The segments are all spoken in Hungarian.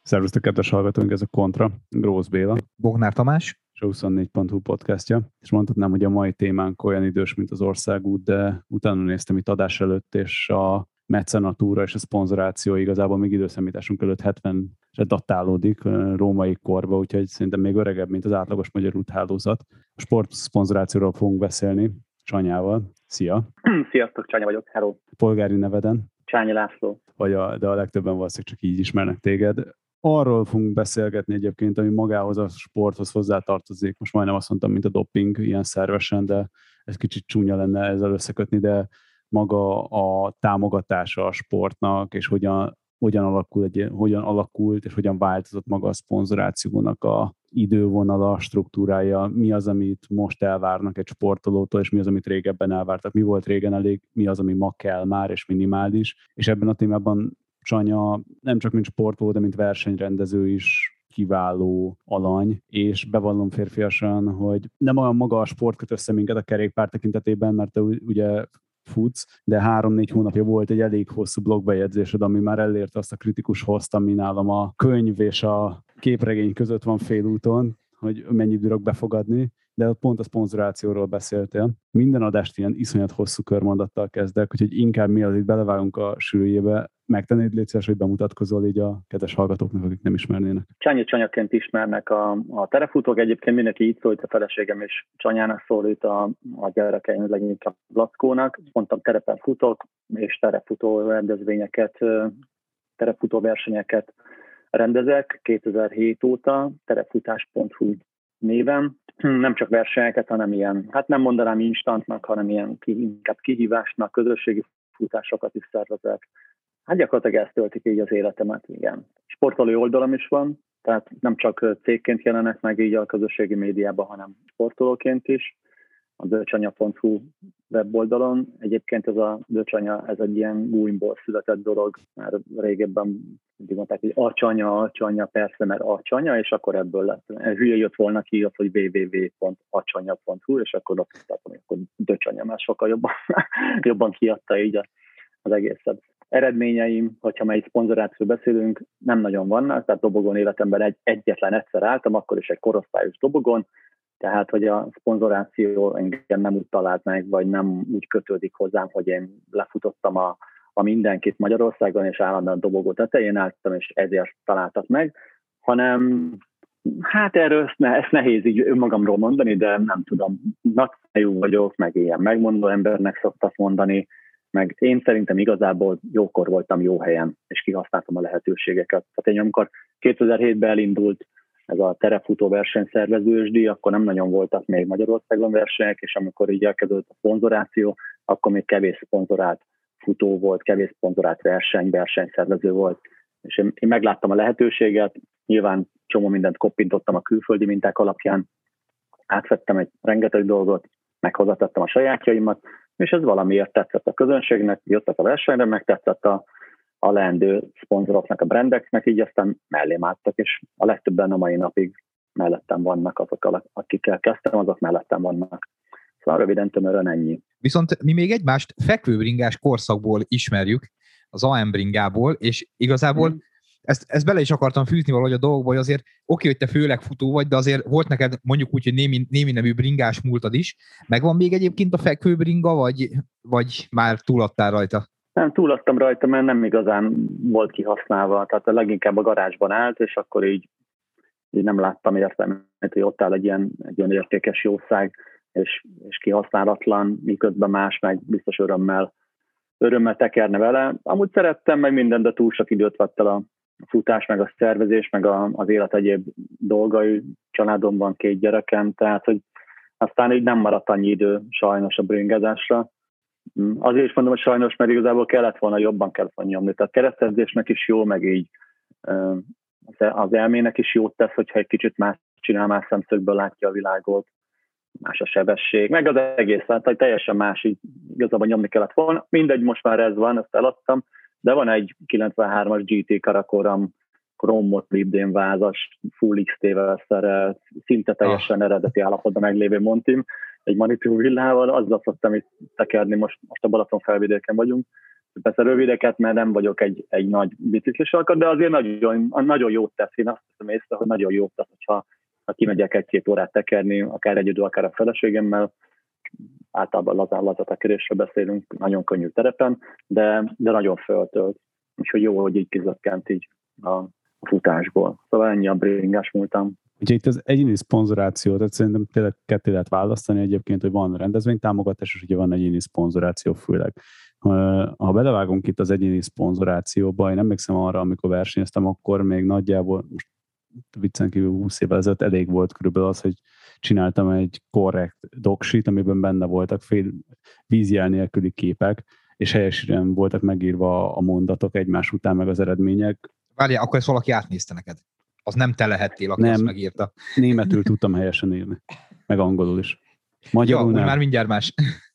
Szervusztok, kedves hallgatóink, ez a Kontra, Grósz Béla, Bognár Tamás, és a 24.hu podcastja. És mondhatnám, hogy a mai témánk olyan idős, mint az országút, de utána néztem itt adás előtt, és a mecenatúra és a szponzoráció igazából még időszámításunk előtt 70-re datálódik római korba, úgyhogy szerintem még öregebb, mint az átlagos magyar úthálózat. A sportszponzorációról fogunk beszélni Csanyával. Szia! Sziasztok, Csanya vagyok, hello! Polgári neveden? Csányi László. De a legtöbben valószínűleg csak így ismernek téged. Arról fogunk beszélgetni egyébként, ami magához a sporthoz hozzátartozik. Most majdnem azt mondtam, mint a doping, ilyen szervesen, de ez kicsit csúnya lenne ezzel összekötni, de maga a támogatása a sportnak, és hogyan alakult, és hogyan változott maga a szponzorációnak a idővonala, struktúrája, mi az, amit most elvárnak egy sportolótól, és mi az, amit régebben elvártak, mi volt régen elég, mi az, ami ma kell már, és minimális. És ebben a témában Csanya nem csak mint sportoló, de mint versenyrendező is kiváló alany, és bevallom férfiasan, hogy nem olyan maga a sport köt össze minket a kerékpár tekintetében, mert te ugye futsz, de 3-4 hónapja volt egy elég hosszú blogbejegyzésed, ami már elérte azt a kritikus hozt, ami nálam a könyv és a képregény között van félúton, hogy mennyit bírok befogadni, de pont a szponzorációról beszéltél. Minden adást ilyen iszonyat hosszú körmondattal kezdek, úgyhogy inkább mi az itt belevágunk a sűrűjébe. Megtennéd, légy szíves, hogy bemutatkozol így a kedves hallgatóknak, akik nem ismernének. Csanyaként ismernek a terefutók, egyébként mindenki így szólt, a feleségem is Csanyának szólít, a gyerekeim leginkább Lackónak. Mondtam, terepen futok, és terepfutó rendezvényeket, terepfutó versenyeket rendezek 2007 óta, terepfutás.hu néven. Nem csak versenyeket, hanem ilyen, hát nem mondanám instantnak, hanem ilyen inkább kihívásnak, közösségi futásokat is szervezek. Hát gyakorlatilag ezt töltik így az életemet, igen. Sportolói oldalam is van, tehát nem csak cégként jelenek meg így a közösségi médiában, hanem sportolóként is. A döcsanya.hu weboldalon. Egyébként ez a döcsanya, ez egy ilyen gúnyból született dolog, már régebben mondták, hogy acsanya, persze, mert acsanya, és akkor ebből lett. Hülye jött volna ki az, hogy www.acsanya.hu, és akkor azt mondtam, hogy akkor döcsanya, már sokkal jobban kiadta így az egészet. Eredményeim, hogyha már egy szponzorációról beszélünk, nem nagyon vannak, tehát dobogon életemben egyetlen egyszer álltam, akkor is egy korosztályos dobogon, tehát, hogy a szponzoráció engem nem úgy talált meg, vagy nem úgy kötődik hozzám, hogy én lefutottam a mindenkit Magyarországon, és állandóan dobogó tetején álltam, és ezért találtak meg, hanem hát erről ezt nehéz így önmagamról mondani, de nem tudom, nagyfejű vagyok, meg ilyen megmondó embernek szoktak mondani, meg én szerintem igazából jókor voltam jó helyen, és kihasználtam a lehetőségeket. Tehát én amikor 2007-ben elindult ez a terepfutó versenyszervezősdíj, akkor nem nagyon voltak még Magyarországon versenyek, és amikor így elkezdődött a szponzoráció, akkor még kevés szponzorált futó volt, kevés szponzorált versenyszervező volt. És én megláttam a lehetőséget, nyilván csomó mindent koppintottam a külföldi minták alapján, átvettem egy rengeteg dolgot, meghozatottam a sajátjaimat, és ez valamiért tetszett a közönségnek, jöttek a versenyre, meg tetszett a leendő szponzoroknak, a brandeknek, így aztán mellém álltak, és a legtöbben a mai napig mellettem vannak, azok, akikkel kezdtem, azok mellettem vannak. Szóval röviden, tömören ennyi. Viszont mi még egymást fekvőbringás korszakból ismerjük, az AM bringából, és igazából ezt bele is akartam fűzni valahogy a dolgokba, hogy azért oké, hogy te főleg futó vagy, de azért volt neked mondjuk úgy, hogy némi nevű bringás múltad is. Megvan még egyébként a fekvőbringa, vagy már túladtál rajta? Nem, túladtam rajta, mert nem igazán volt kihasználva, tehát leginkább a garázsban állt, és akkor így nem láttam értelmet, hogy ott áll egy ilyen értékes jószág, és kihasználatlan, miközben más meg biztos örömmel tekerne vele. Amúgy szerettem meg mindent, de túl sok időt vett el a futás, meg a szervezés, meg az élet egyéb dolgai. Családomban 2 gyerekem, tehát hogy aztán így nem maradt annyi idő sajnos a bringázásra. Azért is mondom, hogy sajnos, mert igazából jobban kellett volna nyomni. Tehát keresztezésnek is jó, meg így az elmének is jót tesz, hogyha egy kicsit más csinál, más szemszögből látja a világot, más a sebesség, meg az egész, tehát teljesen más, így igazából nyomni kellett volna. Mindegy, most már ez van, ezt eladtam, de van egy 93-as GT Karakoram, Chrome Libdén vázas, Full XT-vel szerelt, szinte teljesen eredeti állapotban meglévő Montim, egy Manitú villával, azzal szoktam itt tekerni, most a Balaton felvidéken vagyunk, persze rövideket, mert nem vagyok egy nagy biciklis alkat, de azért nagyon jót tesz. Én azt hiszem észre, hogy nagyon jót tesz, ha kimegyek 1-2 órát tekerni, akár egyedül, akár a feleségemmel. Általában lazán tekerésről beszélünk, nagyon könnyű terepen, de nagyon föltölt. Úgyhogy jó, hogy így kizökkent így a futásból. Szóval ennyi a bringás múltam. Ugye itt az egyéni szponzoráció, tehát szerintem tényleg ketté lehet választani egyébként, hogy van rendezvénytámogatás, és ugye van egyéni szponzoráció főleg. Ha belevágunk itt az egyéni szponzorációba, én emlékszem arra, amikor versenyeztem, akkor még nagyjából, most viccen kívül 20 évvel ezelőtt elég volt körülbelül az, hogy csináltam egy korrekt doksít, amiben benne voltak vízjel nélküli képek, és helyesen voltak megírva a mondatok egymás után, meg az eredmények. Várjál, akkor ezt valaki átnézte neked. Az nem te lehettél, aki azt megírta. Németül tudtam helyesen írni. Meg angolul is. Magyarul nem. Már mindjárt más.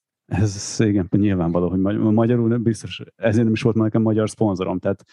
Ez igen, nyilvánvaló, hogy magyarul biztos, ezért nem is volt nekem magyar szponzorom, tehát,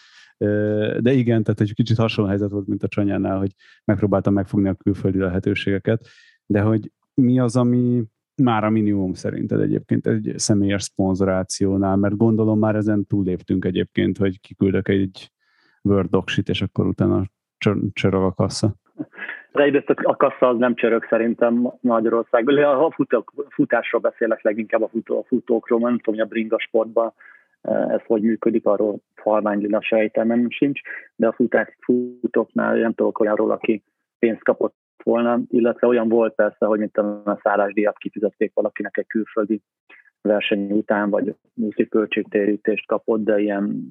de igen, tehát egy kicsit hasonló helyzet volt, mint a Csanyánál, hogy megpróbáltam megfogni a külföldi lehetőségeket, de hogy mi az, ami már a minimum szerinted egyébként egy személyes szponzorációnál, mert gondolom már ezen túlléptünk egyébként, hogy kiküldök egy Word docsit, és akkor utána csörög a kassa. De egyrészt a kassa az nem csörög szerintem Magyarországban. Ha futásról beszélek, leginkább a futókról, nem tudom, hogy a bringa sportban ez hogy működik, arról halványlila sejtelmem sincs, de a futóknál nem tudok olyanról, aki pénzt kapott volna, illetve olyan volt persze, hogy mint a szállásdíjat kifizették valakinek egy külföldi verseny után, vagy úti költségtérítést kapott, de ilyen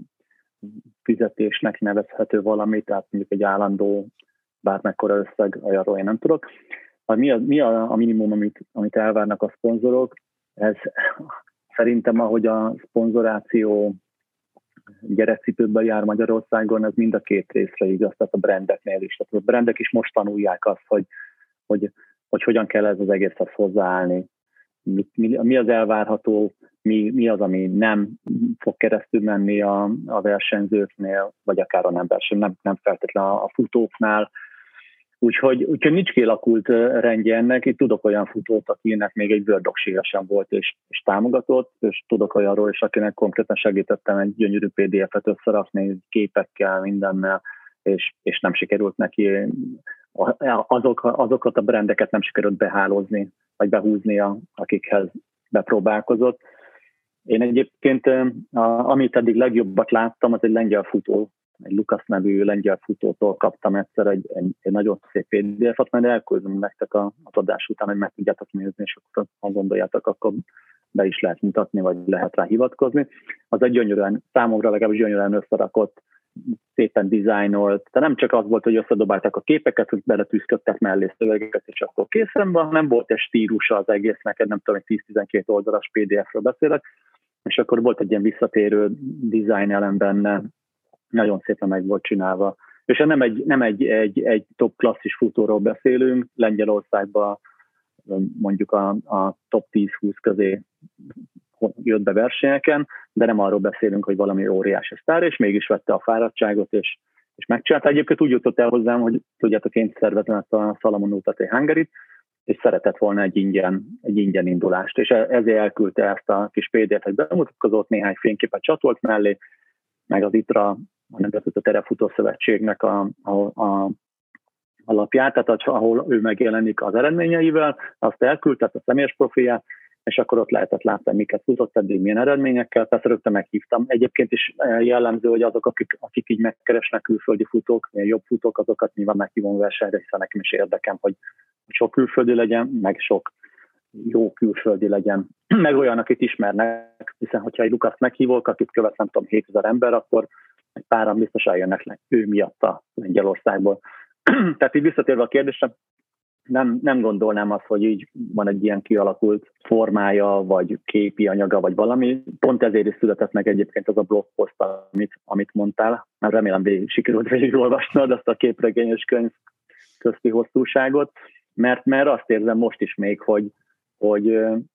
fizetésnek nevezhető valami, tehát mondjuk egy állandó bármekkora összeg, olyanról én nem tudok. Mi a minimum, amit elvárnak a szponzorok? Ez szerintem, ahogy a szponzoráció gyerekcipőben jár Magyarországon, ez mind a két részre igaz, tehát a brandeknél is. Tehát a brandek is most tanulják azt, hogy hogyan kell ez az egészhez hozzáállni. Mi az elvárható, mi az, ami nem fog keresztül menni a versenyzőknél, vagy akár a nem feltétlenül a futóknál. Úgyhogy nincs kialakult rendje ennek. Itt tudok olyan futót, akinek még egy Word docsija sem volt és támogatott, és tudok olyanról is, akinek konkrétan segítettem egy gyönyörű PDF-et összerakni, képekkel, mindennel, és nem sikerült neki, azokat a brandeket nem sikerült behálózni, vagy behúznia, akikhez bepróbálkozott. Én egyébként, amit eddig legjobbat láttam, az egy lengyel futó, egy Lukasz nevű lengyel futótól kaptam egyszer egy nagyon szép PDF-et, majd elküldöm nektek az adás után, hogy meg tudjátok nézni, és akkor ha gondoljátok, akkor be is lehet mutatni, vagy lehet rá hivatkozni. Az egy gyönyörűen, számomra legalábbis gyönyörűen összerakott, szépen dizájnolt, de nem csak az volt, hogy összedobálták a képeket, hogy beletűzködtek mellé szövegeket, és akkor készen van, hanem volt egy stílusa az egésznek, nem tudom, egy 10-12 oldalas PDF-ről beszélek, és akkor volt egy ilyen visszatérő design elem benne, nagyon szépen meg volt csinálva. És nem egy top klasszis futóról beszélünk, Lengyelországban mondjuk a top 10-20 közé jött be versenyeken, de nem arról beszélünk, hogy valami óriási sztár, és mégis vette a fáradtságot, és megcsinálta. Egyébként úgy jutott el hozzám, hogy tudjátok, én szervezem ezt a Salomon UTT Hungaryt, és szeretett volna egy ingyen indulást, és ezért elküldte ezt a kis PDF-et, bemutatkozott, néhány fényképet csatolt mellé, meg az ITRA, a Nemzetközi Terefutó Szövetségnek a lapját, tehát ahol ő megjelenik az eredményeivel, azt elküldte, a személyes profilját, és akkor ott lehetett látni, miket futott eddig, milyen eredményekkel, persze rögtön meghívtam. Egyébként is jellemző, hogy azok, akik így megkeresnek külföldi futók, milyen jobb futók, azokat nyilván meghívom versenyre, hiszen nekem is érdekem, hogy sok külföldi legyen, meg sok jó külföldi legyen, meg olyan, akit ismernek, hiszen hogyha egy Lukaszt meghívok, akit követ, nem tudom, 7000 ember, akkor egy páran biztos eljönnek ő miatt a Lengyelországból. Tehát így visszatérve a kérdésre, nem gondolnám azt, hogy így van egy ilyen kialakult formája, vagy képi anyaga, vagy valami. Pont ezért is született meg egyébként az a blogpost, amit mondtál. Már remélem sikerült végigolvasnod azt a képregényes könyv közti hosszúságot, mert azt érzem most is még, hogy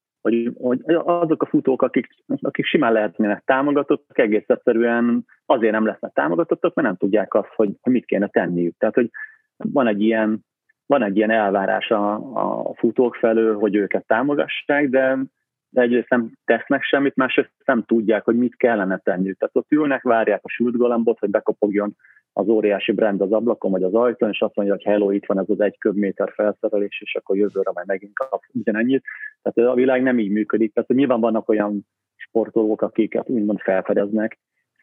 azok a futók, akik simán lehetnének támogatottak, egész egyszerűen azért nem lesznek támogatottak, mert nem tudják azt, hogy mit kéne tenniük. Tehát, hogy van egy ilyen elvárás a futók felől, hogy őket támogassák, de egyrészt nem tesznek semmit, másrészt nem tudják, hogy mit kellene tenniük. Tehát ott ülnek, várják a sült galambot, hogy bekopogjon az óriási brand az ablakon vagy az ajtón, és azt mondja, hogy hello, itt van ez az 1 köbméter felszerelés, és akkor jövőre majd megint kapsz ugyanennyit. Tehát a világ nem így működik. Tehát nyilván vannak olyan sportolók, akiket úgymond felfedeznek,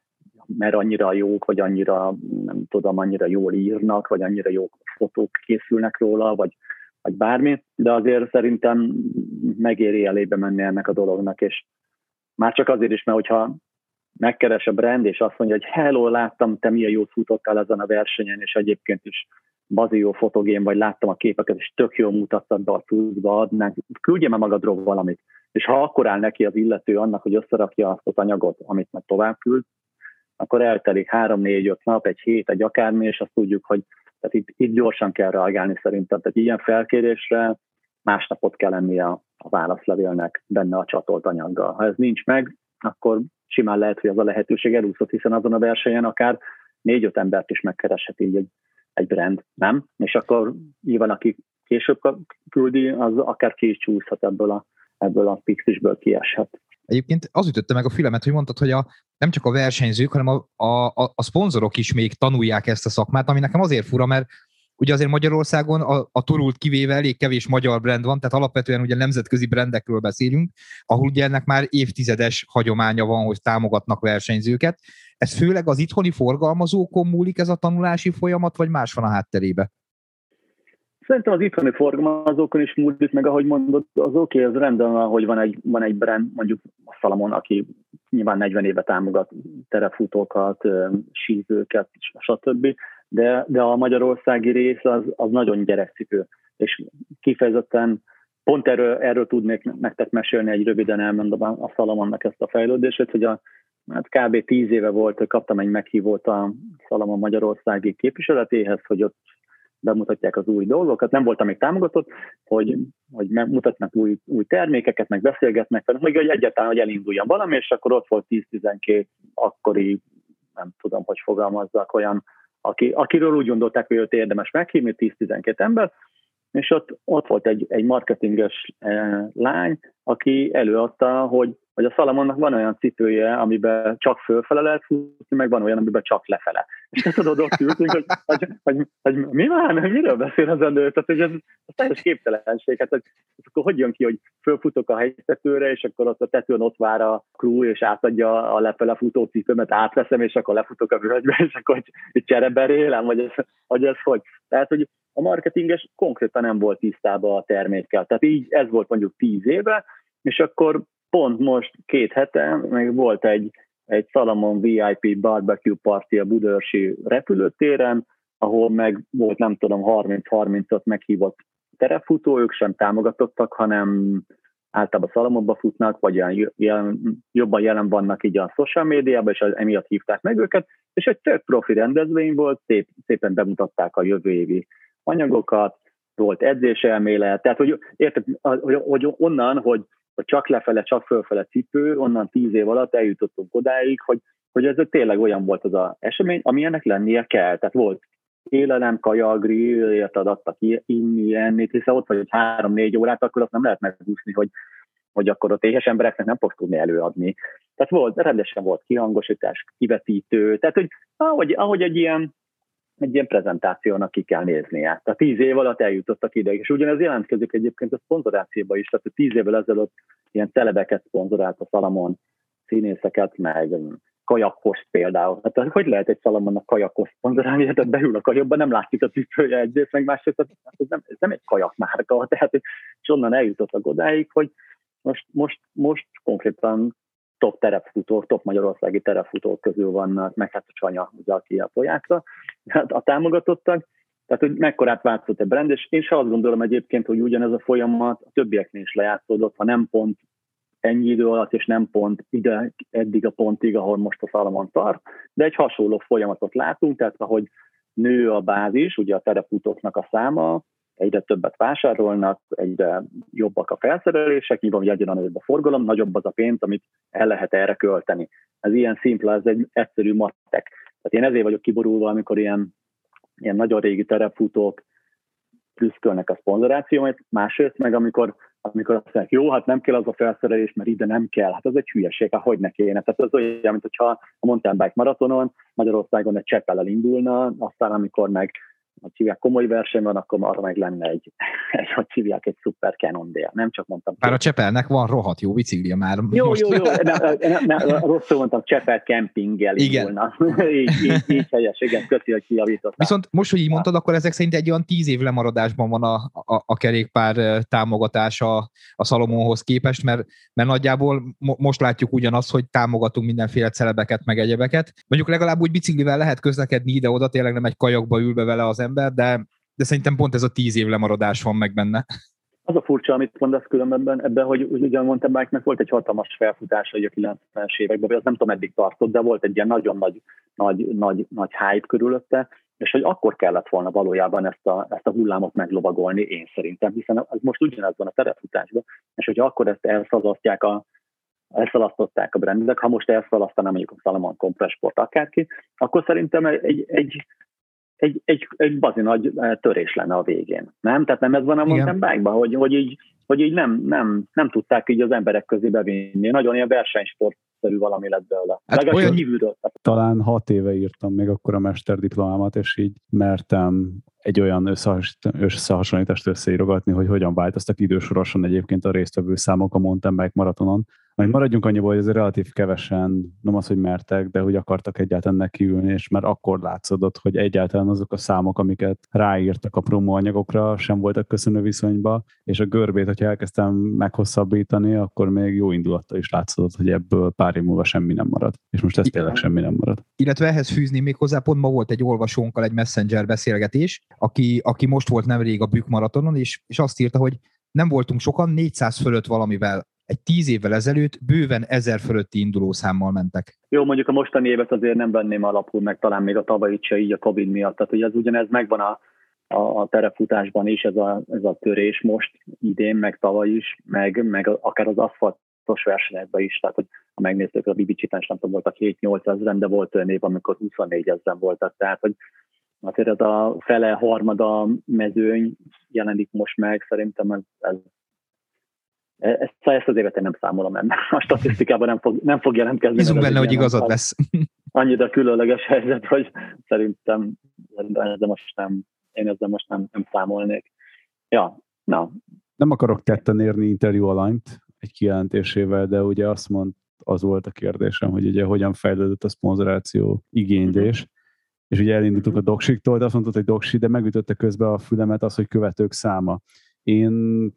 mert annyira jók, vagy annyira, nem tudom, annyira jól írnak, vagy annyira jó fotók készülnek róla, vagy bármi, de azért szerintem megéri elébe menni ennek a dolognak, és már csak azért is, mert hogyha megkeres a brand, és azt mondja, hogy hello, láttam, te milyen jót futottál ezen a versenyen, és egyébként is bazi jó fotogén, vagy láttam a képeket, és tök jól mutattad be a tudba, adnánk, küldje már magadról valamit. És ha akkor áll neki az illető annak, hogy összerakja azt az anyagot, amit meg tovább küld, akkor eltelik 3-4-5 nap, egy hét, egy akármi, és azt tudjuk, hogy tehát itt gyorsan kell reagálni szerintem. Tehát ilyen felkérésre másnapot kell lennie a válaszlevélnek benne a csatolt anyaggal. Ha ez nincs meg, akkor simán lehet, hogy az a lehetőség elúszott, hiszen azon a versenyen akár 4-5 embert is megkereshet így egy brand, nem? És akkor nyilván, aki később küldi, az akár ki is csúszhat ebből a pixisből kieshet. Egyébként az ütötte meg a fülemet, hogy mondtad, hogy nem csak a versenyzők, hanem a szponzorok is még tanulják ezt a szakmát, ami nekem azért fura, mert ugye azért Magyarországon a Turult kivéve elég kevés magyar brand van, tehát alapvetően ugye nemzetközi brandekről beszélünk, ahol ugye ennek már évtizedes hagyománya van, hogy támogatnak versenyzőket. Ez főleg az itthoni forgalmazókon múlik ez a tanulási folyamat, vagy más van a hátterébe? Szerintem az itthoni forgalmazókon is múlik, meg ahogy mondod, az oké, az rendben van, hogy van egy brand, mondjuk a Salomon, aki nyilván 40 éve támogat terefutókat, sízőket, stb., de a magyarországi rész az nagyon gyerekcipő, és kifejezetten pont erről tudnék nektek mesélni, egy röviden elmondom a Salomonnak ezt a fejlődését, hogy hát kb. 10 éve volt, hogy kaptam egy meghívót a Salomon magyarországi képviseletéhez, hogy ott bemutatják az új dolgokat. Nem voltam még támogatott, hogy mutatnak új termékeket, meg beszélgetnek, meg hogy egyáltalán, hogy elinduljon valami, és akkor ott volt 10-12 akkori, nem tudom, hogy fogalmazzak, olyan, akiről úgy gondolták, hogy őt érdemes meghívni, 10-12 ember, és ott volt egy marketinges lány, aki előadta, hogy a Salomonnak van olyan cipője, amiben csak fölfele lehet futni, meg van olyan, amiben csak lefele. És tudod, ott ültünk, hogy mi van? Miről beszél az elő? Tehát, hogy ez teljes képtelenség. Hát, akkor hogy jön ki, hogy fölfutok a hegytetőre, és akkor ott a tetőn ott vár a crew, és átadja a lefele futó cipőmet, átveszem, és akkor lefutok a völgybe, és akkor egy csereberélem, vagy ez hogy. Tehát, hogy a marketinges konkrétan nem volt tisztában a termékkel. Tehát így ez volt mondjuk 10 éve, és akkor pont most 2 hete meg volt egy Salomon VIP barbecue party a Budaörsi repülőtéren, ahol meg volt nem tudom 30-35 meghívott terepfutó, ők sem támogatottak, hanem általában Salomonba futnak, vagy jobban jelen vannak így a social médiában, és emiatt hívták meg őket, és egy tök profi rendezvény volt, szépen bemutatták a jövő évi anyagokat, volt edzéselmélet, tehát hogy érted, hogy onnan, hogy csak lefele, csak fölfele cipő, onnan 10 év alatt eljutottunk odáig, hogy ez tényleg olyan volt az az esemény, ami ennek lennie kell. Tehát volt élelem, kaja, grill, adtak inni, enni, hiszen ott vagy egy 3-4 órát, akkor azt nem lehet megúszni, hogy akkor ott éhes embereknek nem fogsz tudni előadni. Tehát rendesen volt kihangosítás, kivetítő, tehát hogy ahogy egy ilyen prezentációnak ki kell néznie. Tehát 10 év alatt eljutottak ide, és ugyanez jelentkezik egyébként a szponzorációba is, tehát 10 évvel ezelőtt ilyen celebeket szponzorált a Salomon, színészeket, meg kajakkost például. Hát hogy lehet egy Salomonnak kajakkost szponzorálni, tehát beül a kajakba, nem látszik a cipője egyrészt, meg másrészt, ez nem egy kajakmárka, tehát és onnan eljutottak odáig, hogy most konkrétan top magyarországi terepfutók közül vannak, meg hát a Csanya, ugye, aki a Pojákra, hát a támogatottak, tehát hogy mekkorát változott a brand, és én sem azt gondolom egyébként, hogy ugyanez a folyamat a többieknél is lejátszódott, ha nem pont ennyi idő alatt, és nem pont eddig a pontig, ahol most a Salomon tart, de egy hasonló folyamatot látunk, tehát ahogy nő a bázis, ugye a terepfutóknak a száma, egyre többet vásárolnak, egyre jobbak a felszerelések, nyilván, hogy egyre nagyobb a forgalom, nagyobb az a pénz, amit el lehet erre költeni. Ez ilyen szimpla, ez egy egyszerű mattek. Tehát én ezért vagyok kiborulva, amikor ilyen nagyon régi terepfutók prüszkölnek a szponzorációmat, másrészt meg amikor amikor azt mondják, jó, hát nem kell az a felszerelés, mert ide nem kell. Hát ez egy hülyeség, hát hogy ne kéne. Tehát ez olyan, mint hogyha a mountain bike maratonon Magyarországon egy cseppellel indulna, aztán amikor meg hogy hívják, komoly verseny van, akkor arra meg lenne hogy hívják, egy szuper Cannondale. Nem csak mondtam. Bár a Csepelnek van rohadt jó biciklije már. Jó, rosszul mondtam, Csepel kempinggel indulna. így helyes, igen, köszi, hogy kijavítottál. Viszont most, hogy így mondtad, akkor ezek szerint egy olyan 10 év lemaradásban van a kerékpár támogatása a Salomonhoz képest, mert nagyjából most látjuk ugyanazt, hogy támogatunk mindenféle celebeket, meg egyebeket. Mondjuk legalább úgy biciklivel lehet közlekedni ide-oda, tényleg nem egy kajakba ülve vele az ember, de szerintem pont ez a 10 év lemaradás van meg benne. Az a furcsa, amit mondasz különben ebben, hogy ugye a mountain bike-nek volt egy hatalmas felfutása a 90-es években, vagy az nem tudom meddig tartott, de volt egy ilyen nagyon nagy hype körülötte, és hogy akkor kellett volna valójában ezt a hullámot meglovagolni, én szerintem, hiszen most ugyanez van a terepfutásban, és hogyha akkor ezt elszalasztották a brandek, ha most elszalasztaná mondjuk a Salomon Compressport akárki, akkor szerintem egy bazi nagy törés lenne a végén. Nem? Tehát nem ez van a mountain bike-ban, hogy így nem tudták így az emberek közé bevinni. Nagyon ilyen versenysportszerű valami lett belőle. Hát olyan kívülről. Talán 6 éve írtam még akkor a mesterdiplomámat, és így mertem egy olyan összehasonlítást összeírogatni, hogy hogyan változtak idősorosan egyébként a résztvevő számok a mountain bike maratonon. Majd maradjunk annyiból, hogy azért relatív kevesen, nem az, hogy mertek, de hogy akartak egyáltalán nekiülni, és már akkor látszódott, hogy egyáltalán azok a számok, amiket ráírtak a promóanyagokra, sem voltak köszönő viszonyba, és a görbét, hogyha elkezdtem meghosszabbítani, akkor még jó indulattal is látszódott, hogy ebből pár év múlva semmi nem marad. És most ez tényleg semmi nem marad. Illetve ehhez fűzni még hozzá, pont ma volt egy olvasónkkal egy Messenger beszélgetés, aki most volt nemrég a Bükk maratonon, és azt írta, hogy nem voltunk sokan, 400 fölött valamivel. Egy 10 évvel ezelőtt bőven 1000 fölötti indulószámmal mentek. Jó, mondjuk a mostani évet azért nem venném alapul, meg talán még a tavalyit se így a Covid miatt. Tehát, hogy ez ugyanez megvan a terepfutásban is, ez a törés most idén, meg tavaly is, meg akár az aszfaltos versenyekben is. Tehát, hogy ha megnéztük, a Bibicsipen sem voltak 7-8 ezeren, de volt olyan év, amikor 24 ezeren voltak. Tehát, hogy azért ez a fele, harmada mezőny jelenik most meg, szerintem ezt az évet én nem számolom ennek. A statisztikában nem fog jelentkezni. Bízunk benne, hogy igazad lesz. Annyira különleges helyzet, hogy szerintem ezzel most nem számolnék. Ja, na. Nem akarok tetten érni interjú alanyt egy kijelentésével, de ugye az volt a kérdésem, hogy ugye hogyan fejlődött a szponzoráció igénylés, és ugye elindultunk a Doksiktól, de azt mondtad, hogy Doksi, de megütötte közben a fülemet az, hogy követők száma. Én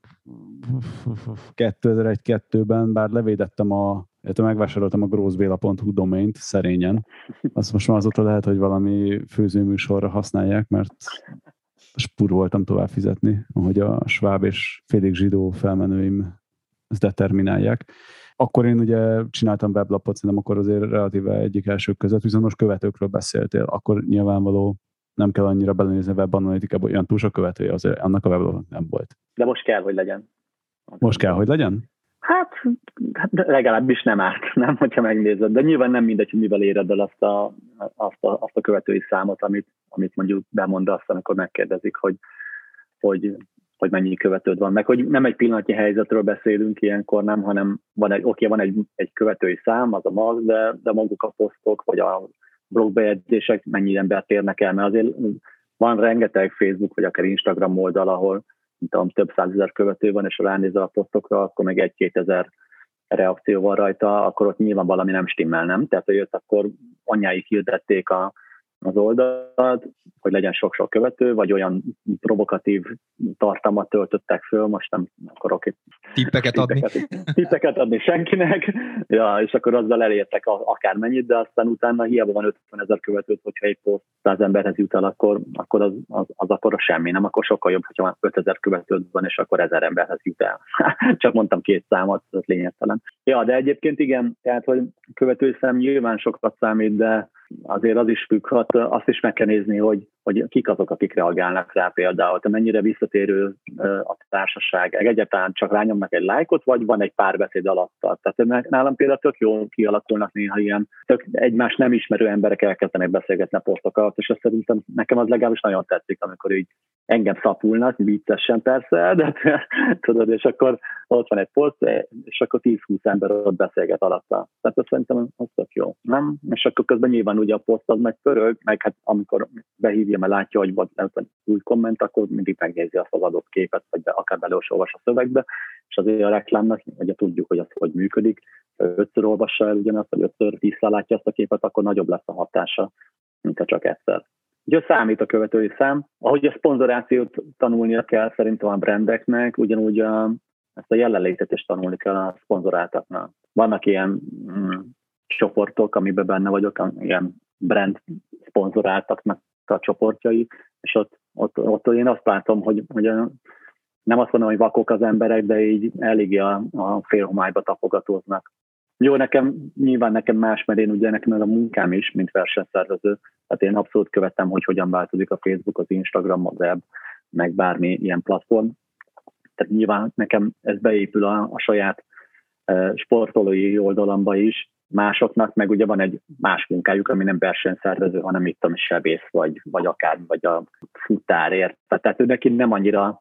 2001-2-ben bár levédettem megvásároltam a grossbéla.hu domaint szerényen. Azt most már azóta lehet, hogy valami főzőműsorra használják, mert spur voltam tovább fizetni, ahogy a sváb és félig zsidó felmenőim ezt determinálják. Akkor én ugye csináltam weblapot, szerintem akkor azért relatíve egyik elsők között, viszont most követőkről beszéltél, akkor nyilvánvaló nem kell annyira belenézni a webanalitikába, olyan túl sok követője azért annak a weblapnak nem volt. De most kell, hogy legyen. Most kell, hogy legyen? Hát legalábbis nem árt, nem, hogyha megnézed. De nyilván nem mindegy, hogy mivel éred el azt a követői számot, amit mondjuk bemondasz, amikor megkérdezik, hogy mennyi követőd van. Meg hogy nem egy pillanatnyi helyzetről beszélünk ilyenkor, nem, hanem van egy követői szám, az a mag, de maguk a posztok, vagy a blogbejegyzések mennyi embert érnek el, mert azért van rengeteg Facebook, vagy akár Instagram oldal, ahol több százezer követő van, és ha ránézel a posztokra, akkor meg 1-2 ezer reakció van rajta, akkor ott nyilván valami nem stimmel, nem? Tehát, hogy ott akkor anyáik hirdették az oldalt, hogy legyen sok-sok követő, vagy olyan provokatív tartalmat töltöttek föl, most nem akarok itt tippeket adni senkinek, ja, és akkor azzal elértek akármennyit, de aztán utána hiába van 50 000 követőt, hogyha egy poszt 100 emberhez jut el, akkor az akkor semmi, nem? Akkor sokkal jobb, hogyha van 5000 követőd van, és akkor 1000 emberhez jut el. Csak mondtam 2 számot, ez lényegtelen. Ja, de egyébként igen, tehát, hogy követőszám nyilván sokat számít, de azért az is függ, azt is meg kell nézni, hogy kik azok, akik reagálnak rá például, te mennyire visszatérő a társaság, egyáltalán csak rányomnak egy lájkot, vagy van egy párbeszéd alatta. Tehát nálam például tök jól kialakulnak néha ilyen egymást nem ismerő emberek elkezdenek beszélgetni a posztok alatt, és azt szerintem nekem az legalábbis nagyon tetszik, amikor így engem szapulnak, viccesen persze, de tudod, és akkor ott van egy poszt, és akkor 10-20 ember ott beszélget alatta. Tehát azt szerintem az tök jó, nem? És akkor közben nyilván ugye a poszt az meg pörög, meg hát amikor behívja, mert látja, hogy van új komment, akkor mindig megnézi azt az adott képet, vagy akár olvas a szövegbe, és azért a reklámnak, ugye tudjuk, hogy az hogy működik, ha 5-ször olvassa el ugyanazt, vagy 5-ször visszalátja azt a képet, akkor nagyobb lesz a hatása, mint ha csak egyszer. Ugye számít a követői szám. Ahogy a szponzorációt tanulnia kell szerintem a brandeknek, ugyanúgy ezt a jelenlétet is tanulni kell a szponzoráltaknak. Vannak ilyen csoportok, amiben benne vagyok, ilyen brand szponzoráltaknak a csoportjai, és ott én azt látom, hogy nem azt mondom, hogy vakok az emberek, de így eléggé a félhomályba tapogatóznak. Jó, nyilván nekem más, mert én ugye nekem ez a munkám is, mint versenyszervező. Tehát én abszolút követem, hogy hogyan változik a Facebook, az Instagram, a web, meg bármi ilyen platform. Tehát nyilván nekem ez beépül a saját sportolói oldalamba is. Másoknak meg ugye van egy más munkájuk, ami nem versenyszervező, hanem itt a sebész, vagy akár, vagy a futárért. Tehát ő neki nem annyira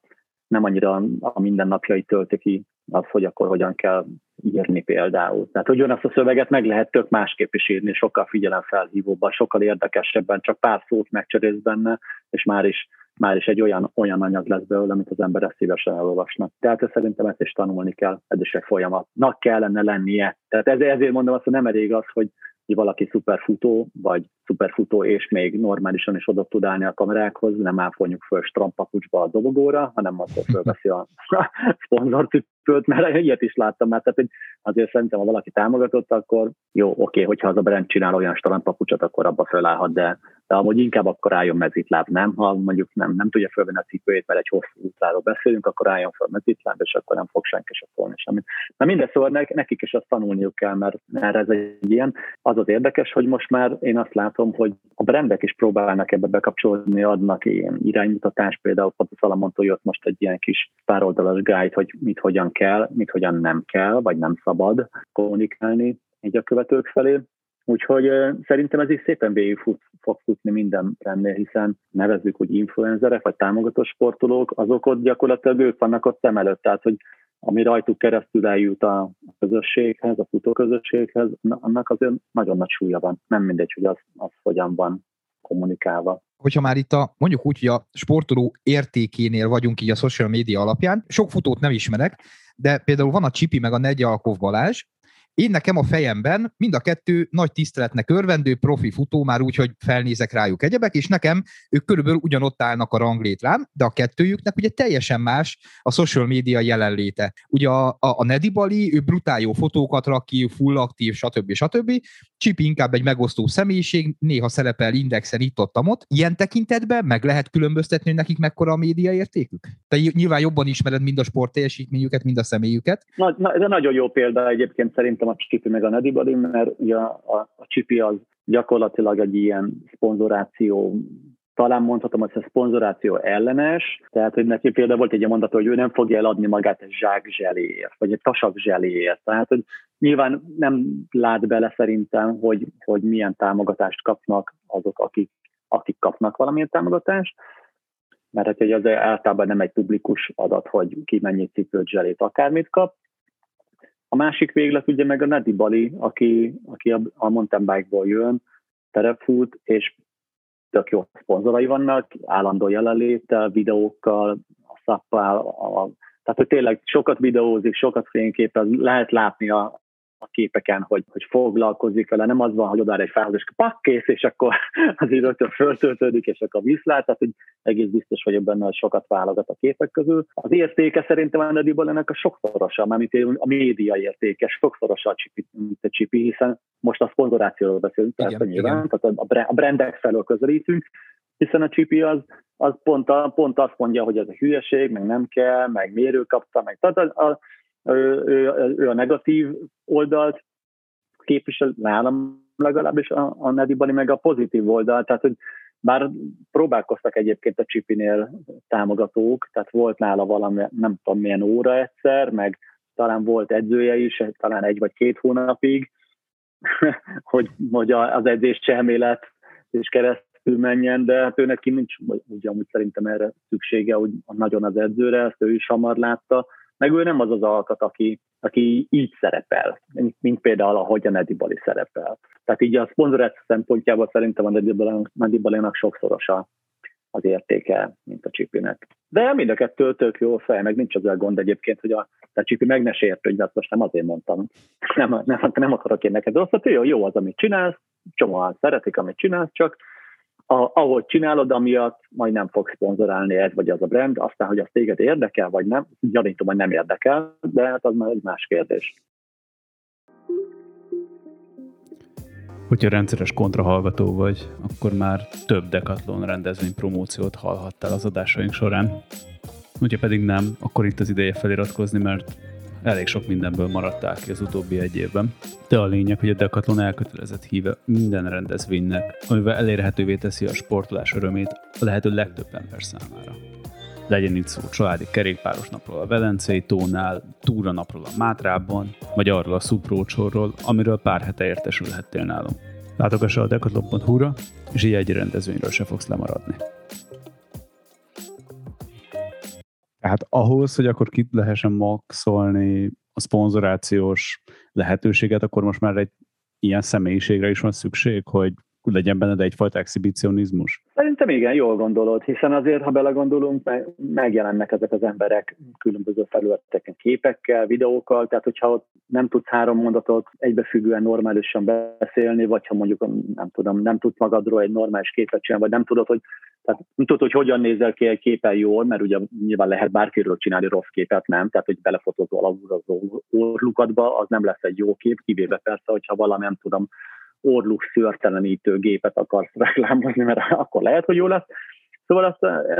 a mindennapjait tölti ki az, hogy akkor hogyan kell írni például. Tehát ugyanazt a szöveget meg lehet tök másképp is írni, sokkal figyelemfelhívóbban, sokkal érdekesebben, csak pár szót megcserélsz benne, és már is egy olyan anyag lesz belőle, amit az emberek szívesen elolvasnak. Tehát szerintem ezt is tanulni kell, ez is egy folyamatnak kellene lennie. Tehát ezért mondom azt, hogy nem elég az, hogy valaki szuperfutó, vagy szuperfutó, és még normálisan is oda tud állni a kamerákhoz, nem áfonjuk föl strampapucsba a dobogóra, hanem akkor fölveszi a szponzorcipőt, mert ilyet is láttam már, tehát azért szerintem, ha valaki támogatott, akkor jó, oké, hogyha az a brand csinál olyan strampapucsot, akkor abba fölállhat, de amúgy inkább akkor álljon mezitláb, nem? Ha mondjuk nem tudja fölvenni a cipőjét, mert egy hosszú utcáról beszélünk, akkor álljon föl mezitláb, és akkor nem fog senki se szólni semmit. Na mindegy, szóval nekik is azt tanulniuk kell, mert ez egy ilyen. Az érdekes, hogy most már én azt látom, hogy a brandek is próbálnak ebbe bekapcsolódni, adnak ilyen iránymutatást, például Pati Salamontól jött most egy ilyen kis pároldalas guide, hogy mit hogyan kell, mit hogyan nem kell, vagy nem szabad kommunikálni így a követők felé. Úgyhogy szerintem ez is szépen végig fog futni minden brandnél, hiszen nevezzük úgy influencerek, vagy támogató sportolók, azok ott gyakorlatilag ők vannak ott szem előtt, tehát hogy ami rajtuk keresztül eljut a közösséghez, a futóközösséghez, annak azért nagyon nagy súlya van. Nem mindegy, hogy az hogyan van kommunikálva. Hogyha már itt mondjuk úgy, hogy a sportoló értékénél vagyunk így a social media alapján, sok futót nem ismerek, de például van a Csipi meg a Negyalkov Balázs. Én nekem a fejemben mind a kettő nagy tiszteletnek örvendő profi futó, már úgy, hogy felnézek rájuk egyebek, és nekem ők körülbelül ugyanott állnak a ranglétrán, de a kettőjüknek ugye teljesen más a social media jelenléte. Ugye a Nedi Bali, ő brutál jó fotókat rak ki, full aktív, stb. Csipi inkább egy megosztó személyiség, néha szerepel indexen itt-ott. Ilyen tekintetben meg lehet különböztetni, hogy nekik mekkora a média értékük? Te nyilván jobban ismered mind a sport teljesítményüket, mind a személyüket. Ez egy nagyon jó példa egyébként szerintem a Csipi meg a Nedi Bali, mert ugye a Csipi az gyakorlatilag egy ilyen szponzoráció, talán mondhatom, hogy ez szponzoráció ellenes, tehát hogy neki például volt egy ilyen mondat, hogy ő nem fogja eladni magát egy zsák zseléért, vagy egy tasak zseléért. Tehát, hogy nyilván nem lát bele szerintem, hogy milyen támogatást kapnak azok, akik kapnak valamilyen támogatást, mert hát az általában nem egy publikus adat, hogy ki mennyi cipőt, zselét, akármit kap. A másik véglet ugye meg a Nedi Bali, aki a mountain bike-ból jön, terepfut, és tök jó szponzorai vannak, állandó jelenléttel, videókkal, a szappal, tehát hogy tényleg sokat videózik, sokat fényképez, lehet látni a képeken, hogy foglalkozik vele, nem az van, hogy odára egy fához, és kész, és akkor azért rögtön föltöltődik, és akkor viszlát, tehát hogy egész biztos vagyok benne, hogy sokat válogat a képek közül. Az értéke szerintem a Nedi Balinak a sokszorosa, mármint a média értéke, sokszorosa a Csipi, hiszen most a szponzorációról beszélünk, tehát nyilván, tehát a brandek felől közelítünk, hiszen a Csipi az pont azt mondja, hogy ez a hülyeség, meg nem kell, meg mérő kapta, meg tehát ő a negatív oldalt képvisel nálam legalábbis a Nedi Bali, meg a pozitív oldalt, tehát hogy bár próbálkoztak egyébként a Csipinél támogatók, tehát volt nála valami, nem tudom milyen óra egyszer, meg talán volt edzője is, talán 1 vagy 2 hónapig, hogy az edzés elmélet és keresztül menjen, de hát ő neki nincs ugyanúgy szerintem erre szüksége, hogy nagyon az edzőre, ezt ő is hamar látta, meg ő nem az az alkat, aki így szerepel, mint például ahogy a Nedi Bali szerepel. Tehát így a szponzoráció szempontjából szerintem a Nedi Balinak sokszoros az értéke, mint a Csipinek. De mind a kettő tök jó fej, meg nincs az a gond egyébként, hogy a Csipi meg ne sértődj, mert most nem azért mondtam. Nem akarok én neked rosszat, jó az, amit csinálsz, csomóan szeretik, amit csinálsz, csak ahogy csinálod, amiatt majd nem fog szponzorálni ez vagy az a brand, aztán, hogy az téged érdekel, vagy nem, gyanítom, hogy nem érdekel, de hát az már egy más kérdés. Hogyha rendszeres kontrahallgató vagy, akkor már több Decathlon rendezvény promóciót hallhattál az adásaink során. Hogyha pedig nem, akkor itt az ideje feliratkozni, mert elég sok mindenből maradtál ki az utóbbi egy évben. De a lényeg, hogy a Decathlon elkötelezett híve minden rendezvénynek, amivel elérhetővé teszi a sportolás örömét a lehető legtöbb ember számára. Legyen itt szó családi kerékpáros napról a Velencei tónál, túranapról a Mátrában, vagy arról a szuprócsorról, amiről pár hete értesülhettél nálunk. Látogass a decathlon.hu-ra, és így egy rendezvényről se fogsz lemaradni. Tehát ahhoz, hogy akkor ki lehessen maxolni a szponzorációs lehetőséget, akkor most már egy ilyen személyiségre is van szükség, hogy legyen benned egyfajta exhibicionizmus? Szerintem igen, jól gondolod, hiszen azért, ha belegondolunk, megjelennek ezek az emberek különböző felületeken képekkel, videókkal, tehát hogyha ott nem tudsz 3 mondatot egybefüggően normálisan beszélni, vagy ha mondjuk nem tudsz magadról egy normális képet csinálni, vagy nem tudod, hogy hogyan nézel ki egy képen jól, mert ugye nyilván lehet bárkiről csinálni rossz képet, nem? Tehát, hogy belefotózol az orlukadba, az nem lesz egy jó kép, kivéve persze, hogyha valami, nem tudom, orluk szőrtelenítő gépet akarsz reklámozni, mert akkor lehet, hogy jó lesz. Szóval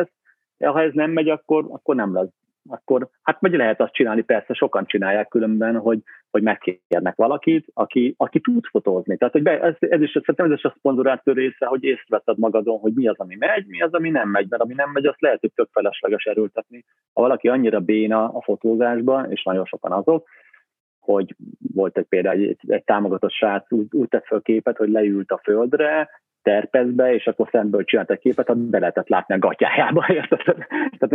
ha ez nem megy, akkor nem lesz. Hát vagy lehet azt csinálni, persze sokan csinálják különben, hogy megkérnek valakit, aki tud fotózni. Tehát hogy ez is a szponzoráció része, hogy észreveszed magadon, hogy mi az, ami megy, mi az, ami nem megy, mert ami nem megy, azt lehet, hogy tök felesleges erőltetni. Ha valaki annyira béna a fotózásban, és nagyon sokan azok, hogy volt például egy támogatott srác úgy tett fel képet, hogy leült a földre, terpezbe, és akkor szemből csinált egy képet, amit be lehetett látni a gatyájába, érted?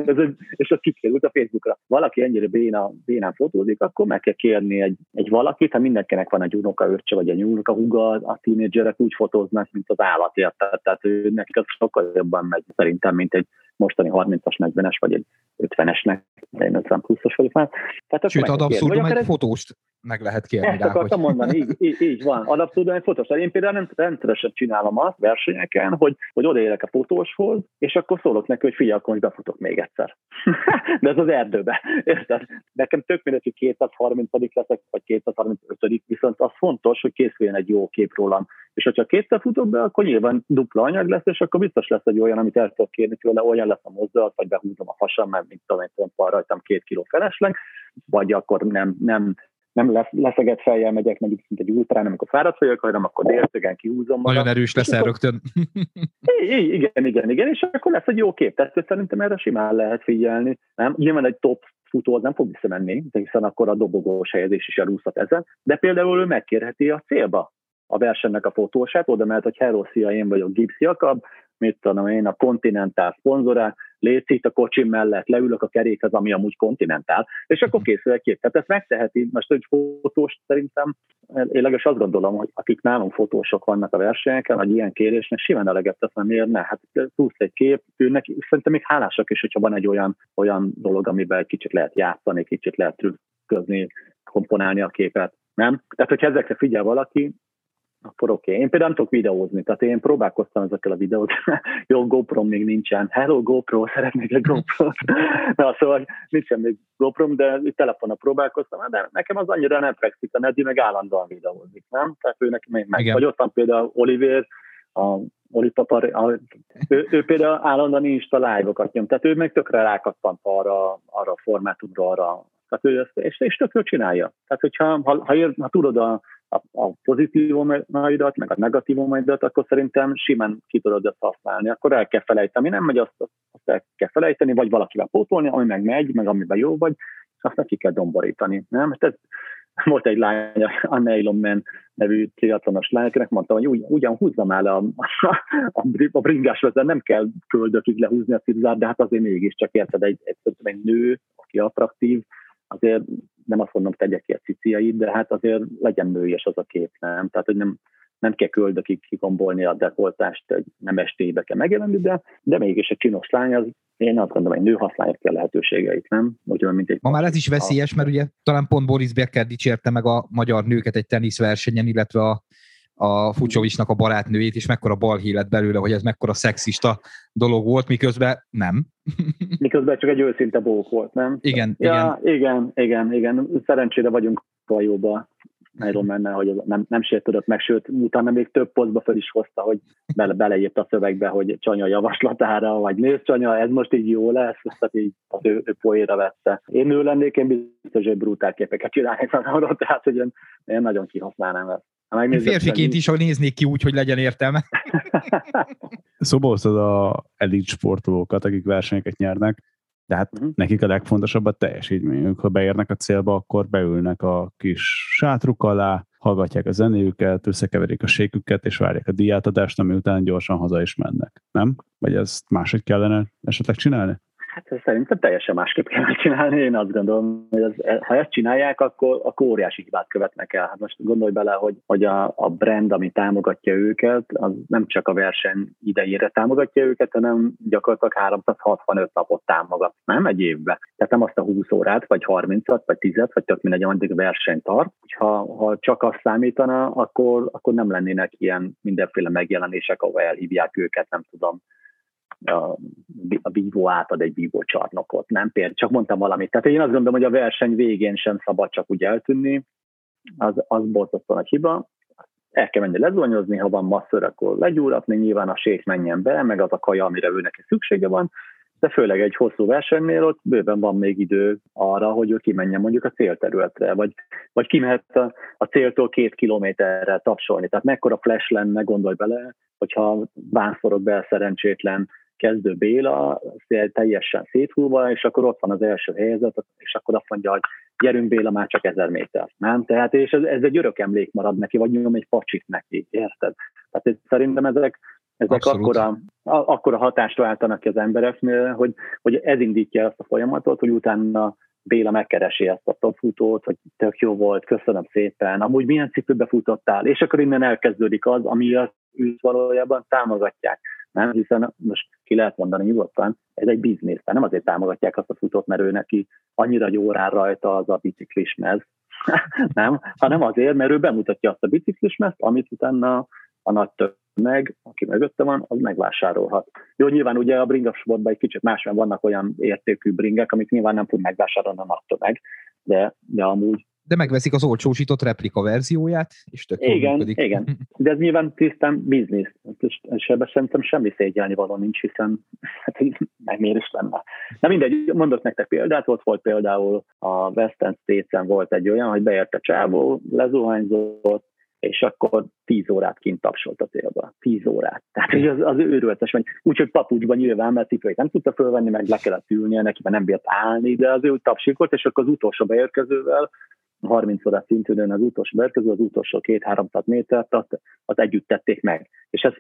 És az kikerült a Facebookra. Valaki ennyire bénán fotózik, akkor meg kell kérni egy valakit, ha mindenkinek van egy unokaöccse, vagy egy unokahúga, a tínédzserek úgy fotóznak, mint az állat, érted? Tehát nekik az sokkal jobban megy szerintem, mint egy mostani 30-as, 40-es, vagy egy 50-esnek, egy 50 pluszos vagyok már. Sőt, ad abszurdum egy fotóst meg lehet kérni rá. Ezt akartam mondani, így van. Ad abszurdum egy fotós. Én például rendszeresen csinálom azt versenyeken, hogy odaérek a fotóshoz, és akkor szólok neki, hogy figyelj, akkor befutok még egyszer. De ez az erdőbe. Érted? Nekem tök mindegy, hogy 230. leszek, vagy 235. Viszont az fontos, hogy készüljön egy jó kép rólam. És hogyha 200 futok be, akkor nyilván dupla anyag lesz, és akkor biztos lesz egy olyan, amit el tudok kérni tőle, olyan lesz a mozdulat, vagy behúzom a hasam, mert mint tudom, hogy van rajtam 2 kiló felesleg, vagy akkor nem leszeget fejjel megyek, meg mint egy ultrán, amikor fáradt vagyok, hanem akkor déltögen kihúzom magam. Nagyon erős leszel rögtön. Igen, és akkor lesz egy jó kép. Tehát szerintem erre simán lehet figyelni. Nem? Nyilván egy top futó nem fog visszamenni, hiszen akkor a dobogós helyezés is elúszhat ezen, de például ő megkérheti a célba a versenynek a fotósát, oda mehet, hogy hello, szia, én vagyok Gibbs Jakab, mit tudom én, a Continental szponzorál, létsz itt a kocsim mellett, leülök a kerékhez, ami amúgy Continental, és akkor készül egy kép. Tehát ezt megteheti, most egy fotós szerintem, én legalábbis azt gondolom, hogy akik nálunk fotósok vannak a versenyeken, vagy ilyen kérésnek, simán eleget tesz, mert miért ne? Hát plusz egy kép, őnek szerintem még hálásak is, hogyha van egy olyan dolog, amiben egy kicsit lehet játszani, kicsit lehet trükközni, komponálni a képet, nem? Tehát, hogyha ezekre figyel valaki, akkor oké. Én például nem tudok videózni, tehát én próbálkoztam ezekkel a videót. Jó, GoPro még nincsen. Hello, GoPro, szeretnék egy GoPro-t. Na, szóval nincsen még GoPro, de telefonon próbálkoztam, de nekem az annyira nem fekszik, a Nedi meg állandóan videózik, nem? Tehát ő neki még meg. Vagy ott van például Oliver, Oli Papa, ő például állandóan Insta live-okat nyom, tehát ő meg tökre rákattant arra a formátumra, arra. Tehát ő ezt és tökről csinálja. Tehát, hogyha tudod a pozitívumaidat, meg a negatívumaidat, akkor szerintem simán ki tudod ezt használni. Akkor el kell felejteni, ami nem megy, azt el kell felejteni, vagy valakivel pótolni, ami meg megy, meg amiben jó vagy, azt neki kell domborítani. Nem? volt egy lány, Anna Eilon nevű triatlonos lány, akinek mondtam, hogy ugyan húzzam el a bringás vezet, nem kell földökig lehúzni a cipzárt, de hát azért mégiscsak érted, egy nő, aki attraktív, azért nem azt mondom, tegye ki a ciciait, de hát azért legyen nőies az a kép, nem? Tehát, hogy nem kell köldökig kigombolni a dekoltást, hogy nem estébe kell megjelenni, de mégis egy csinos lány, az én azt gondolom, hogy nő használja ki a lehetőségeit, nem? Ugyan, mint egy ma már ez is veszélyes, mert ugye talán pont Boris Becker dicsérte meg a magyar nőket egy teniszversenyen, illetve a Fucsovicsnak a barátnőjét, és mekkora balhé lett belőle, hogy ez mekkora szexista dolog volt, miközben nem. Miközben csak egy őszinte bók volt, nem? Igen, ja, igen. Szerencsére vagyunk vajóba Ironman-nel, hogy nem sértődött meg, sőt, utána még több posztba fel is hozta, hogy beleírt a szövegbe, hogy Csanya javaslatára, vagy nézd Csanya, ez most így jó lesz, tehát így az ő poénra vette. Én nő lennék, én biztos, hogy brutál képeket csinálnék arról, tehát hogy én nagyon kihasználnám ezt. Én férfiként is, hogy néznék ki úgy, hogy legyen értelme. Szóval hoztad a elit sportolókat, akik versenyeket nyernek, de hát nekik a legfontosabb a teljesítményük. Ha beérnek a célba, akkor beülnek a kis sátruk alá, hallgatják a zenéjüket, összekeverik a séküket, és várják a díjátadást, ami után gyorsan haza is mennek. Nem? Vagy ezt máshogy kellene esetleg csinálni? Hát szerintem teljesen másképp kell csinálni. Én azt gondolom, hogy ha ezt csinálják, akkor óriási hibát követnek el. Hát most gondolj bele, hogy a brand, ami támogatja őket, az nem csak a verseny idejére támogatja őket, hanem gyakorlatilag 365 napot támogat, nem egy évben. Tehát nem azt a 20 órát, vagy 30-at, vagy 10-et, vagy tök mindegy, ameddig a verseny tart. Ha csak azt számítana, akkor nem lennének ilyen mindenféle megjelenések, ahol elhívják őket, nem tudom, a vívó átad egy vívó csarnokot, nem? Például csak mondtam valamit. Tehát én azt gondolom, hogy a verseny végén sem szabad csak úgy eltűnni, az borzasztó nagy hiba. El kell menni lezuhanyozni, ha van masször, akkor legyúratni, nyilván a sék menjen be, meg az a kaja, amire ő neki szüksége van, de főleg egy hosszú versenynél ott bőven van még idő arra, hogy ő kimenjen mondjuk a célterületre, vagy kimehet a céltól 2 kilométerre tapsolni. Tehát mekkora flash lenne, gondolj bele, hogyha vánszorog be a szerencsétlen kezdő Béla, teljesen széthúlva, és akkor ott van az első helyzet, és akkor azt mondja, hogy gyerünk Béla, már csak 1000 méter. Nem? Tehát, és ez egy örök emlék marad neki, vagy nyom egy pacsit neki, érted? Tehát szerintem ezek akkora hatást váltanak ki az embereknél, hogy ez indítja ezt a folyamatot, hogy utána Béla megkeresi ezt a topfutót, hogy tök jó volt, köszönöm szépen, amúgy milyen cipőbe futottál, és akkor innen elkezdődik az, ami őt valójában támogatják. Nem? Hiszen most ki lehet mondani nyugodtan, ez egy biznisz, nem azért támogatják azt a futót, mert ő neki annyira jó rá rajta az a biciklismez, nem? Hanem azért, mert ő bemutatja azt a biciklismezt, amit utána a nagy tömeg, aki mögötte van, az megvásárolhat. Jó, nyilván ugye a bringasportban egy kicsit másban vannak olyan értékű bringek, amik nyilván nem tud megvásárolni a nagy tömeg, de amúgy. De megveszik az olcsósított replika verzióját, és tök jól működik. Igen. De ez nyilván tisztán biznisz. És ebben szerintem semmi szégyelni való nincs, hiszen hát miért is lenne. Na mindegy, mondok nektek példát, volt például a Western States-en volt egy olyan, hogy beért a csávó, lezuhanyzott, és akkor 10 órát kint tapsolt a célba. 10 órát. Tehát az őrületes, úgyhogy papucsban nyilván, mert cipőjét nem tudta fölvenni, meg le kellett ülnie neki, mert nem bírt állni, de az ő tapsikolt, és akkor az utolsó beérkezővel 30 órát szintűnően az utolsó beérkező, az utolsó 200-300 métert, azt együtt tették meg. És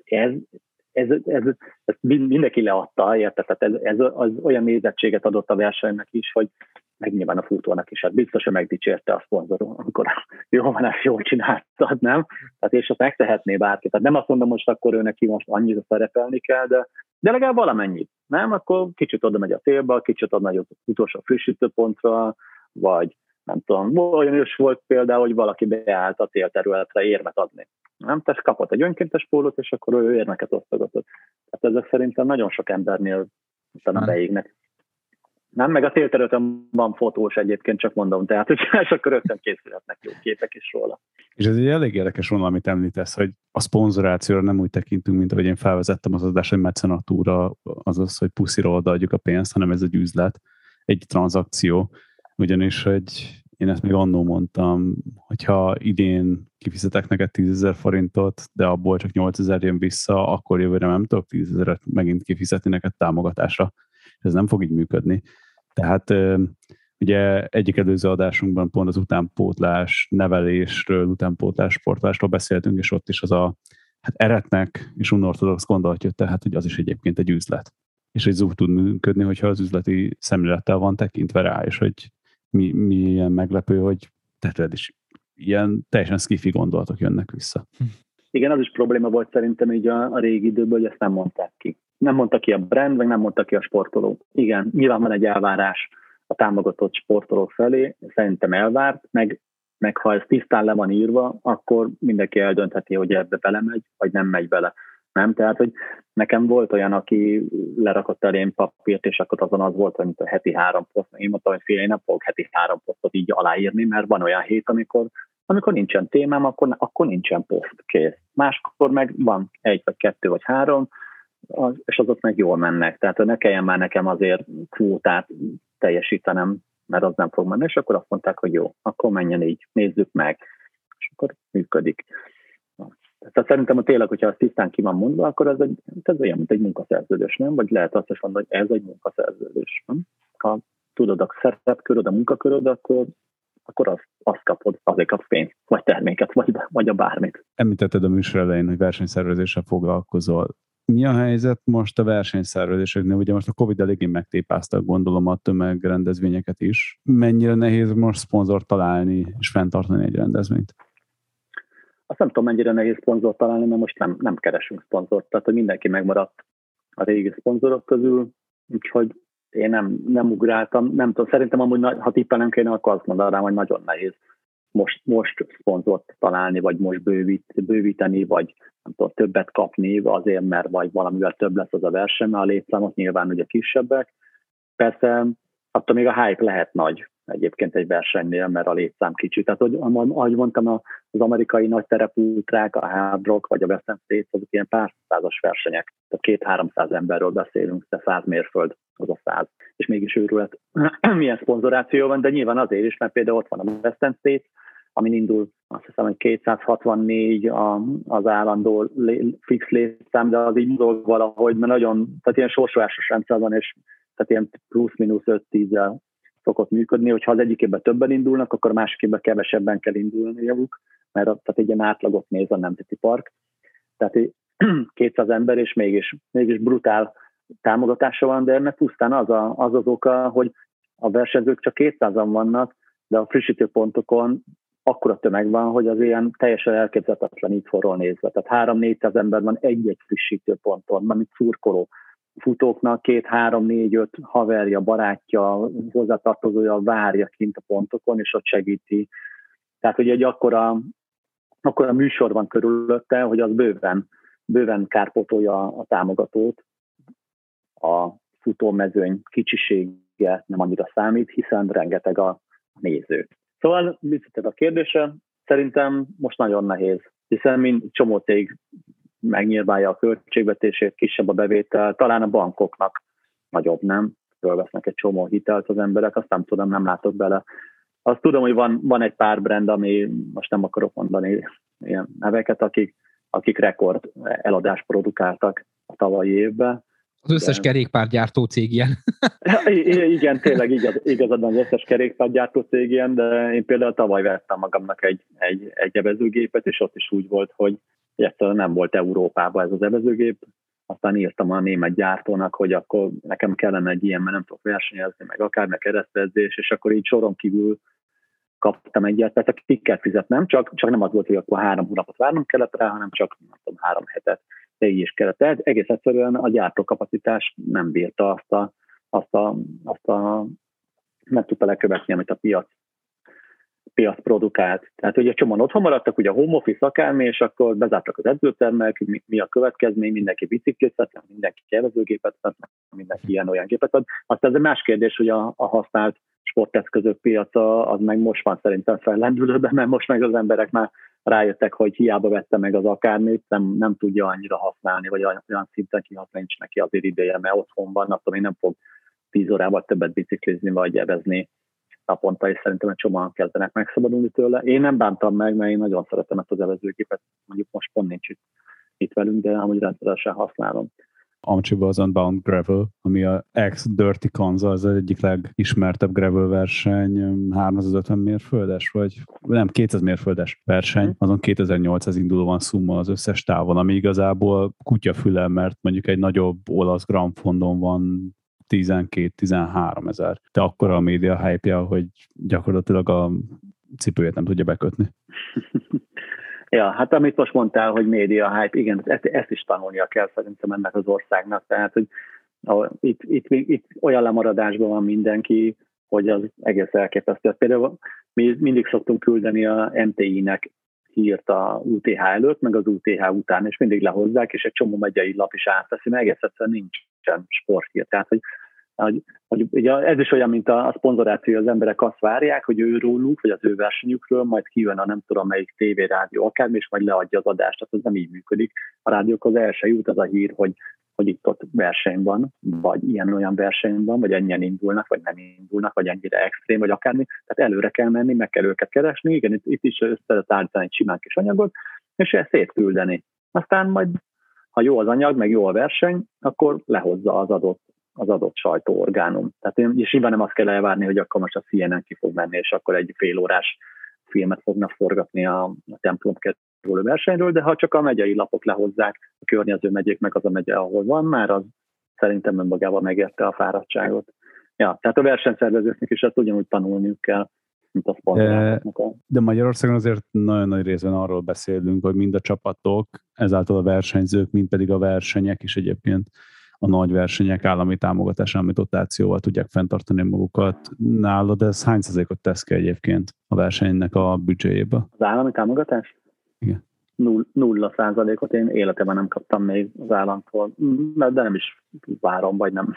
ez mindenki leadta, érted? Tehát ez az olyan nézettséget adott a versenynek is, hogy meg nyilván a futónak is. Hát biztos, hogy megdicsérte a szponzoron, amikor jó van, ezt jól csináltad, nem? Tehát és azt megtehetné bárki. Tehát nem azt mondom, most akkor ő neki most annyira szerepelni kell, de legalább valamennyit. Nem? Akkor kicsit oda megy a célba, kicsit oda megy az utolsó frissítőpontra, vagy nem tudom, olyan is volt például, hogy valaki beállt a célterületre érmet adni. Nem? Tehát kapott egy önkéntes pólót, és akkor ő érmeket osztogatott. Tehát ezek szerintem nagyon sok embernél utána beégnek. Nem, meg a célterületen van fotós egyébként, csak mondom, tehát hogy akkor rögtön készülhetnek jó képek is róla. És ez egy elég érdekes vonal, amit említesz, hogy a szponzorációra nem úgy tekintünk, mint ahogy én felvezettem az adást, hogy mecenatúra, azaz, hogy puszira odaadjuk a pénzt, hanem ez egy üzlet, egy tranzakció. Ugyanis, hogy én ezt még annól mondtam, hogyha idén kifizetek neked 10 000 forintot, de abból csak 8 000 jön vissza, akkor jövőre nem tudok 10 000-et megint kifizetni neked támogatásra. Ez nem fog így működni. Tehát Ugye egyik előző adásunkban pont az utánpótlás nevelésről, utánpótlás sportolásról beszéltünk, és ott is az a eretnek és unorthodox gondolat jött, tehát hogy az is egyébként egy üzlet. És hogy úgy tud működni, hogyha az üzleti szemlélettel van tekintve rá, és hogy mi ilyen meglepő, hogy tehát is ilyen teljesen skifi gondolatok jönnek vissza. Igen, az is probléma volt szerintem így a régi időből, hogy ezt nem mondták ki. Nem mondta ki a brand, meg nem mondta ki a sportoló. Igen, nyilván van egy elvárás a támogatott sportolók felé, szerintem elvárt, meg ha ez tisztán le van írva, akkor mindenki eldöntheti, hogy ebbe belemegy, vagy nem megy bele. Nem? Tehát, hogy nekem volt olyan, aki lerakott elém papírt, és akkor azon az volt, hogy mint a heti 3 poszt. Én mondtam, hogy én nem fogok heti 3 posztot így aláírni, mert van olyan hét, amikor nincsen témám, akkor nincsen poszt, kész. Máskor meg van 1 vagy 2 vagy 3, és azok meg jól mennek. Tehát ne kelljen már nekem azért kvótát teljesítenem, mert az nem fog menni, és akkor azt mondták, hogy jó, akkor menjen így, nézzük meg, és akkor működik. Tehát szerintem tényleg, hogyha az tisztán ki van mondva, akkor ez olyan, mint egy munkaszerződés, nem? Vagy lehet azt is mondani, hogy ez egy munkaszerződés, nem? Ha tudod a szerepköröd, a munkaköröd, akkor azt kapod, azért kapsz pénzt, vagy terméket, vagy a bármit. Említetted a műsor elején, hogy versenyszervezéssel foglalkozol. Mi a helyzet most a versenyszervezéseknél? Ugye most a Covid eléggé megtépáztak, gondolom, a tömegrendezvényeket is. Mennyire nehéz most szponzort találni és fenntartani egy rendezvényt? Azt nem tudom, mennyire nehéz szponzort találni, mert most nem keresünk szponzort. Tehát, hogy mindenki megmaradt a régi szponzorok közül, úgyhogy én nem ugráltam. Nem tudom, szerintem amúgy, ha tippelnem kéne, akkor azt mondanám, hogy nagyon nehéz most szponzort találni, vagy most bővíteni, vagy nem tudom, többet kapni azért, mert vagy valamivel több lesz az a verseny, mert a létszámok nyilván ugye kisebbek. Persze, attól még a hype lehet nagy egyébként egy versenynél, mert a létszám kicsi. Tehát, ahogy mondtam, az amerikai nagy terepultrák, a Hard Rock vagy a Western States, azok ilyen pár százas versenyek. Tehát 200-300 emberről beszélünk, de 100 mérföld, az a 100. És mégis őrület. Milyen szponzoráció van, de nyilván azért is, mert például ott van a Western States, amin indul, azt hiszem, hogy 264 az állandó fix létszám, de az így mozog valahogy, mert nagyon, tehát ilyen sorsolásos rendszer van, és tehát ilyen plusz-minusz 5-10-zel szokott működni, hogyha az egyik évben többen indulnak, akkor a másik évben kevesebben kell indulniuk, mert tehát egy ilyen átlagot néz a Nemzeti Park. Tehát 200 ember, és mégis brutál támogatása van, de ennek pusztán az oka, hogy a versenyzők csak 200-an vannak, de a frissítőpontokon akkora tömeg van, hogy az ilyen teljesen elképzelhetetlen így forról nézve. Tehát 3-400 ember van egy-egy frissítőponton, mint szurkoló. Futóknak 2-3-4-5 haverja, barátja, hozzátartozója várja kint a pontokon, és ott segíti. Tehát, hogy egy akkora műsor van körülötte, hogy az bőven kárpótolja a támogatót. A futómezőny kicsisége nem annyira számít, hiszen rengeteg a néző. Szóval visszatérve a kérdésre, szerintem most nagyon nehéz, hiszen csomó cég megnyírbálja a költségvetését, kisebb a bevétel, talán a bankoknak nagyobb, nem? Fölvesznek egy csomó hitelt az emberek, azt nem tudom, nem látok bele. Azt tudom, hogy van egy pár brand, ami most nem akarok mondani ilyen neveket, akik rekord eladást produkáltak a tavalyi évben. Az összes kerékpárgyártó cég ilyen. Igen, tényleg igazad van, az összes kerékpárgyártó cég ilyen, de én például tavaly vettem magamnak egy evezőgépet, és ott is úgy volt, hogy egyszerűen nem volt Európában ez az evezőgép. Aztán írtam a német gyártónak, hogy akkor nekem kellene egy ilyen, mert nem tudok versenyezni, meg akár meg keresztezés, és akkor így soron kívül kaptam egyet, tehát ki kell fizetnem, csak nem az volt, hogy akkor 3 hónapot várnom kellett rá, hanem csak nem tudom, 3 hetet, de így is kellett. Tehát egész egyszerűen a gyártókapacitás nem bírta azt a nem tudta lekövetni, amit a piac produkált. Tehát ugye csomóan otthon maradtak, ugye a home office akármi, és akkor bezártak az edzőtermek, mi a következmény, mindenki biciklét vett, mindenki kevezőgépet vett, mindenki ilyen-olyan gépet vett. Aztán ez egy más kérdés, hogy a használt sporteszközök piaca, az meg most van szerintem fellendülőben, mert most meg az emberek már rájöttek, hogy hiába vette meg az akármit, nem tudja annyira használni, vagy olyan szinten kihasználni, nincs neki azért ideje, mert otthon van, attól még nem fog 10 órával többet biciklizni, vagy evezni naponta, és szerintem egy csomóan kezdenek megszabadulni tőle. Én nem bántam meg, mert én nagyon szeretem ezt az evezőgépet, mondjuk most pont nincs itt velünk, de amúgy rendszeresen használom. Amcsiba az Unbound Gravel, ami a ex-Dirty Kansas, az egyik legismertebb gravel verseny, 350 mérföldes, vagy nem, 200 mérföldes verseny, azon 2800 induló van szumma az összes távon, ami igazából kutyafüle, mert mondjuk egy nagyobb olasz Grand Fondon van 12-13 ezer. De akkora a média hype-ja, hogy gyakorlatilag a cipőjét nem tudja bekötni. Ja, hát amit most mondtál, hogy média hype, igen, ezt is tanulnia kell szerintem ennek az országnak, tehát, hogy itt olyan lemaradásban van mindenki, hogy az egész elképesztő. Például mi mindig szoktunk küldeni a MTI-nek hírt a UTH előtt, meg az UTH után, és mindig lehozzák, és egy csomó megyei lap is átveszi, mert egész egyszerűen nincsen sporthír. Tehát, hogy ugye ez is olyan, mint a szponzoráció, az emberek azt várják, hogy őróluk, vagy az ő versenyükről majd kijön a nem tudom melyik tévé, rádió, akármi, és majd leadja az adást. Tehát ez nem így működik. A rádiókhoz el se jut az a hír, hogy itt-ott verseny van, vagy ilyen-olyan verseny van, vagy ennyien indulnak, vagy nem indulnak, vagy ennyire extrém, vagy akármi. Tehát előre kell menni, meg kell őket keresni. Igen, itt is össze lehet állítani egy simán kis anyagot, és ezt szétküldeni. Aztán majd, ha jó az anyag, meg jó a verseny, akkor lehozza az adott sajtóorgánum. Tehát és nyilván nem azt kell elvárni, hogy akkor most a CNN ki fog menni, és akkor egy félórás filmet fognak forgatni a templom kerülő versenyről, de ha csak a megyei lapok lehozzák, a környező megyék, meg az a megye, ahol van, már az szerintem önmagában megérte a fáradtságot. Ja, tehát a versenyszervezőknek is ezt ugyanúgy tanulniuk kell, mint a szponzorálóknak. De Magyarországon azért nagyon nagy részben arról beszélünk, hogy mind a csapatok, ezáltal a versenyzők, mind pedig a versenyek is egyébként a nagy versenyek állami támogatása, ami dotációval tudják fenntartani magukat. Nálad ez hány százalékot tesz ki egyébként a versenynek a büdzséjébe? Az állami támogatás? Igen. 0%-ot én életemben nem kaptam még az államtól, de nem is várom, vagy nem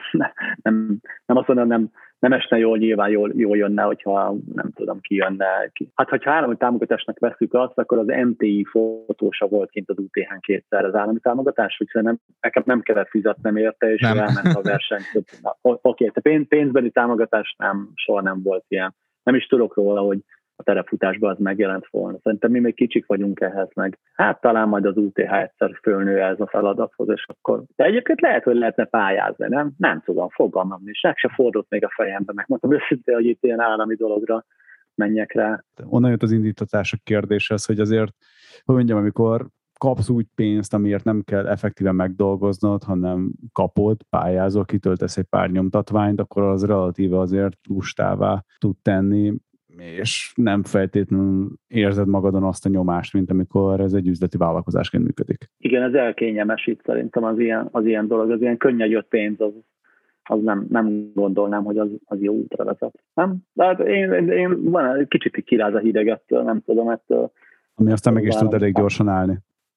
azt mondom, nem esne jól, nyilván jól jönne, hogyha nem tudom, ki jönne. Hát, hogyha állami támogatásnak veszük azt, akkor az MTI fotósa volt kint az UTH-n kétszer az állami támogatás, úgyhogy nekem nem kellett fizetnem érte, és elment a verseny. Oké, pénzbeli támogatás soha nem volt ilyen. Nem is tudok róla, hogy a terepfutásban az megjelent volna. Szerintem mi még kicsik vagyunk ehhez meg. Hát talán majd az UTH egyszer fölnő ez a feladathoz, és akkor... De egyébként lehet, hogy lehetne pályázni, nem? Nem tudom, fogalmam is. Meg se fordult még a fejembe, megmondtam őszintén, hogy itt ilyen állami dologra menjek rá. Onnan jött az indítatások kérdéshez, hogy azért, hogy mondjam, amikor kapsz úgy pénzt, amiért nem kell effektíven megdolgoznod, hanem kapod, pályázol, kitöltesz egy pár nyomtatványt, akkor az relatíve azért lustává tud tenni, és nem feltétlenül érzed magadon azt a nyomást, mint amikor ez egy üzleti vállalkozásként működik. Igen, ez elkényelmesít szerintem az ilyen dolog, az ilyen könnyen jött pénz, az nem gondolnám, hogy az jó útra vezet. Nem? De hát én van egy kicsit kiráz a hidegettől, nem tudom ettől. Ami aztán meg is tud elég gyorsan állni.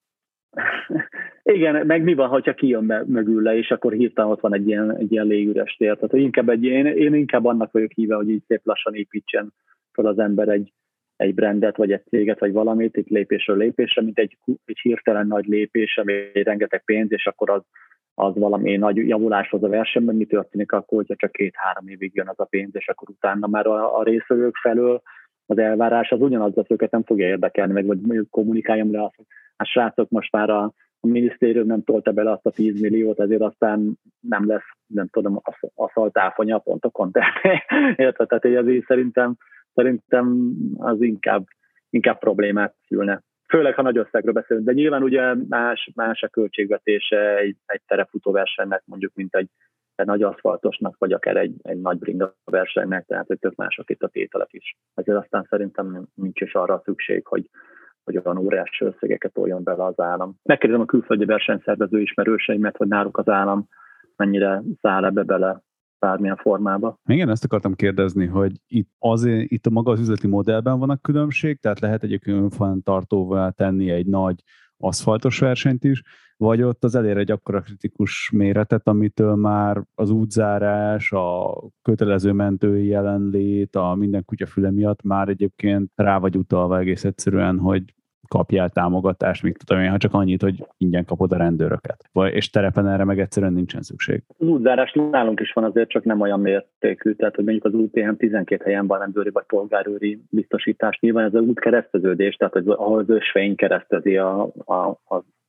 Igen, meg mi van, hogyha kijön mögül és akkor hirtelen ott van egy ilyen légüres tér. Tehát én inkább annak vagyok híve, hogy így szép lassan építsen fel az ember egy brandet, vagy egy céget, vagy valamit, itt lépésről lépésre, mint egy hirtelen nagy lépés, ami rengeteg pénz, és akkor az valami nagy javuláshoz a versenyben, mi történik akkor, hogyha csak 2-3 évig jön az a pénz, és akkor utána már a részvevők felől az elvárás az ugyanaz, az őket nem fogja érdekelni, meg vagy mondjuk kommunikáljam le azt, hogy hát srácok, most már a minisztérium nem tolta bele azt a 10 milliót, ezért aztán nem lesz, nem tudom, aszfaltáfonya a pontokon. Érted? Tehát ezért szerintem az inkább problémát szülne. Főleg, ha nagy összegről beszélünk. De nyilván ugye más a költségvetése egy terepfutóversenynek, mondjuk, mint egy nagy aszfaltosnak, vagy akár egy nagy bringa versenynek, tehát hogy tök mások itt a tételek is. Ezért aztán szerintem nincs is arra szükség, hogy olyan óriási összegeket toljon bele az állam. Megkérdezem a külföldi versenyszervező ismerőseimet, hogy náluk az állam mennyire száll ebbe bele bármilyen formába. Igen, ezt akartam kérdezni, hogy itt a maga az üzleti modellben van a különbség, tehát lehet egyébként önfenntartóvá tenni egy nagy aszfaltos versenyt is, vagy ott az elér egy akkora kritikus méretet, amitől már az útzárás, a kötelező mentői jelenlét, a minden kutyafüle miatt már egyébként rá vagy utalva egész egyszerűen, hogy kapjál támogatást, még tudom én, ha csak annyit, hogy ingyen kapod a rendőröket. És terepen erre meg egyszerűen nincsen szükség. Az útzárás nálunk is van, azért csak nem olyan mértékű, tehát hogy mondjuk az UTM 12 helyen van rendőri vagy polgárőri biztosítás. Nyilván ez az út kereszteződés, tehát hogy ahol az ösvény keresztezi a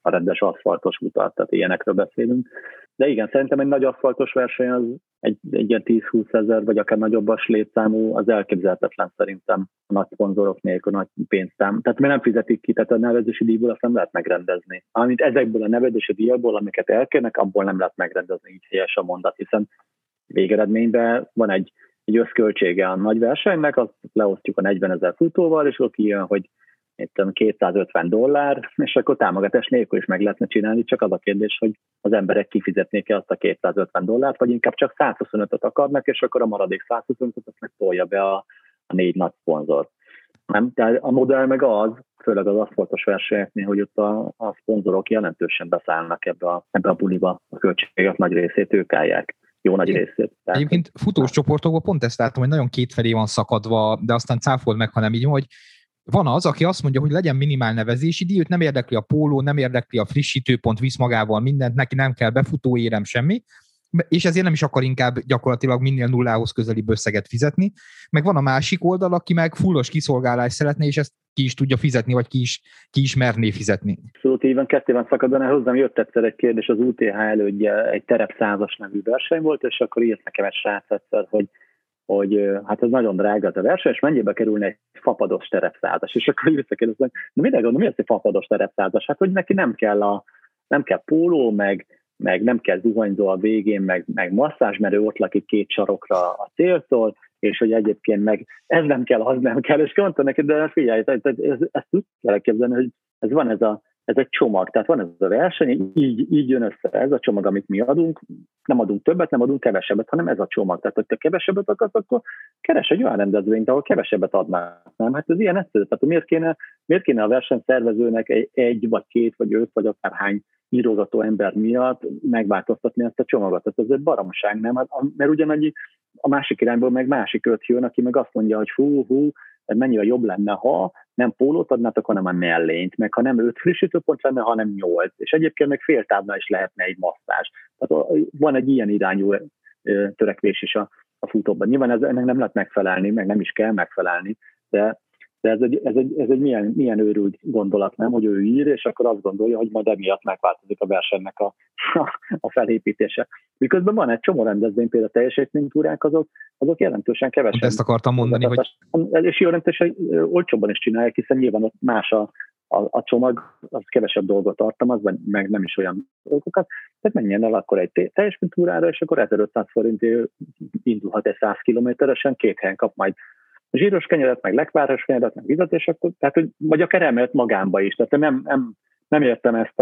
a rendes aszfaltos utat, tehát ilyenekről beszélünk. De igen, szerintem egy nagy aszfaltos verseny az egy ilyen 10-20 ezer, vagy akár nagyobbas létszámú, az elképzelhetetlen szerintem a nagy szponzorok nélkül, nagy pénztám. Tehát mi nem fizetik ki, tehát a nevezési díjból azt nem lehet megrendezni. Amint ezekből a nevezési díjból, amiket elkérnek, abból nem lehet megrendezni, így helyes a mondat, hiszen végeredményben van egy összköltsége a nagy versenynek, azt leosztjuk a 40 000 futóval, és akkor kijön, hogy $250, és akkor támogatás nélkül is meg lehetne csinálni, csak az a kérdés, hogy az emberek kifizetnék-e azt a $250, vagy inkább csak 125-öt akarnak, és akkor a maradék 125-öt azt meg tolja be a 4 nagy szponzor. Nem? Tehát a modell meg az, főleg az aszfaltos versenyeknél, hogy ott a szponzorok jelentősen beszállnak ebbe a buliba, a költségek nagy részét ők állják. Jó nagy részét. Egyébként futós csoportokban pont ezt látom, hogy nagyon kétfelé van szakadva, de aztán cáfold meg, ha nem így, hogy van az, aki azt mondja, hogy legyen minimál nevezési díj, őt nem érdekli a póló, nem érdekli a frissítőpont, visz magával mindent, neki nem kell befutóérem, semmi, és ezért nem is akar inkább gyakorlatilag minél nullához közelibb összeget fizetni. Meg van a másik oldal, aki meg fullos kiszolgálást szeretné, és ezt ki is tudja fizetni, vagy ki is merné fizetni. Abszolút így van, kettőben szakadban. Hozzám jött egyszer egy kérdés, az UTH elődje egy terep 100-as nevű verseny volt, és akkor írt nekem egy srác egyszer, hogy hát ez nagyon drága a verseny, és mennyibe kerülne egy fapados terepszázas. És akkor visszakérdezem, mi az egy fapados terepszázas? Hát, hogy neki nem kell póló, meg nem kell zuhanyzó a végén, meg masszázs, mert ő ott lakik 2 sarokra a céltól, és hogy egyébként meg ez nem kell, az nem kell, és mondta neki, de figyelj, ezt úgy kell elképzelni, hogy ez egy csomag, tehát van ez a verseny, így jön össze ez a csomag, amit mi adunk, nem adunk többet, nem adunk kevesebbet, hanem ez a csomag. Tehát, hogy te kevesebbet akarsz, akkor keres egy olyan rendezvényt, ahol kevesebbet adnál. Nem? Hát ez ilyen egyszerű. Tehát miért kéne a versenyszervezőnek egy, vagy 2, vagy 5, vagy akár hány írogató ember miatt megváltoztatni ezt a csomagot? Tehát ez egy baromság, nem? Mert ugyanannyi a másik irányból meg másik 5 jön, aki meg azt mondja, hogy hú, mennyire jobb lenne, ha nem pólót adnátok, hanem a mellényt, meg ha nem 5 frissítőpont lenne, hanem 8. És egyébként meg féltávnál is lehetne egy masszázs. Tehát van egy ilyen irányú törekvés is a futóban. Nyilván ennek nem lehet megfelelni, meg nem is kell megfelelni, de ez egy milyen őrült gondolat, nem, hogy ő ír, és akkor azt gondolja, hogy majd emiatt megváltozik a versenynek a felépítése. Miközben van egy csomó rendezvény, például a teljesítménytúrák, azok jelentősen kevesebb. Ezt akartam mondani, hogy... És jelentősen olcsóbban is csinálják, hiszen nyilván ott más a csomag, az kevesebb dolgot tartalmaz, meg nem is olyan dolgokat. Tehát menjen el akkor egy teljesítménytúrára, és akkor 1500 forintért indulhat egy 100 kilométeresen, 2 helyen kap majd zsíros kenyeret, meg lekváros kenyeret, meg vizet, és akkor, tehát, hogy, vagy akár emelt magánba is. Tehát nem értem ezt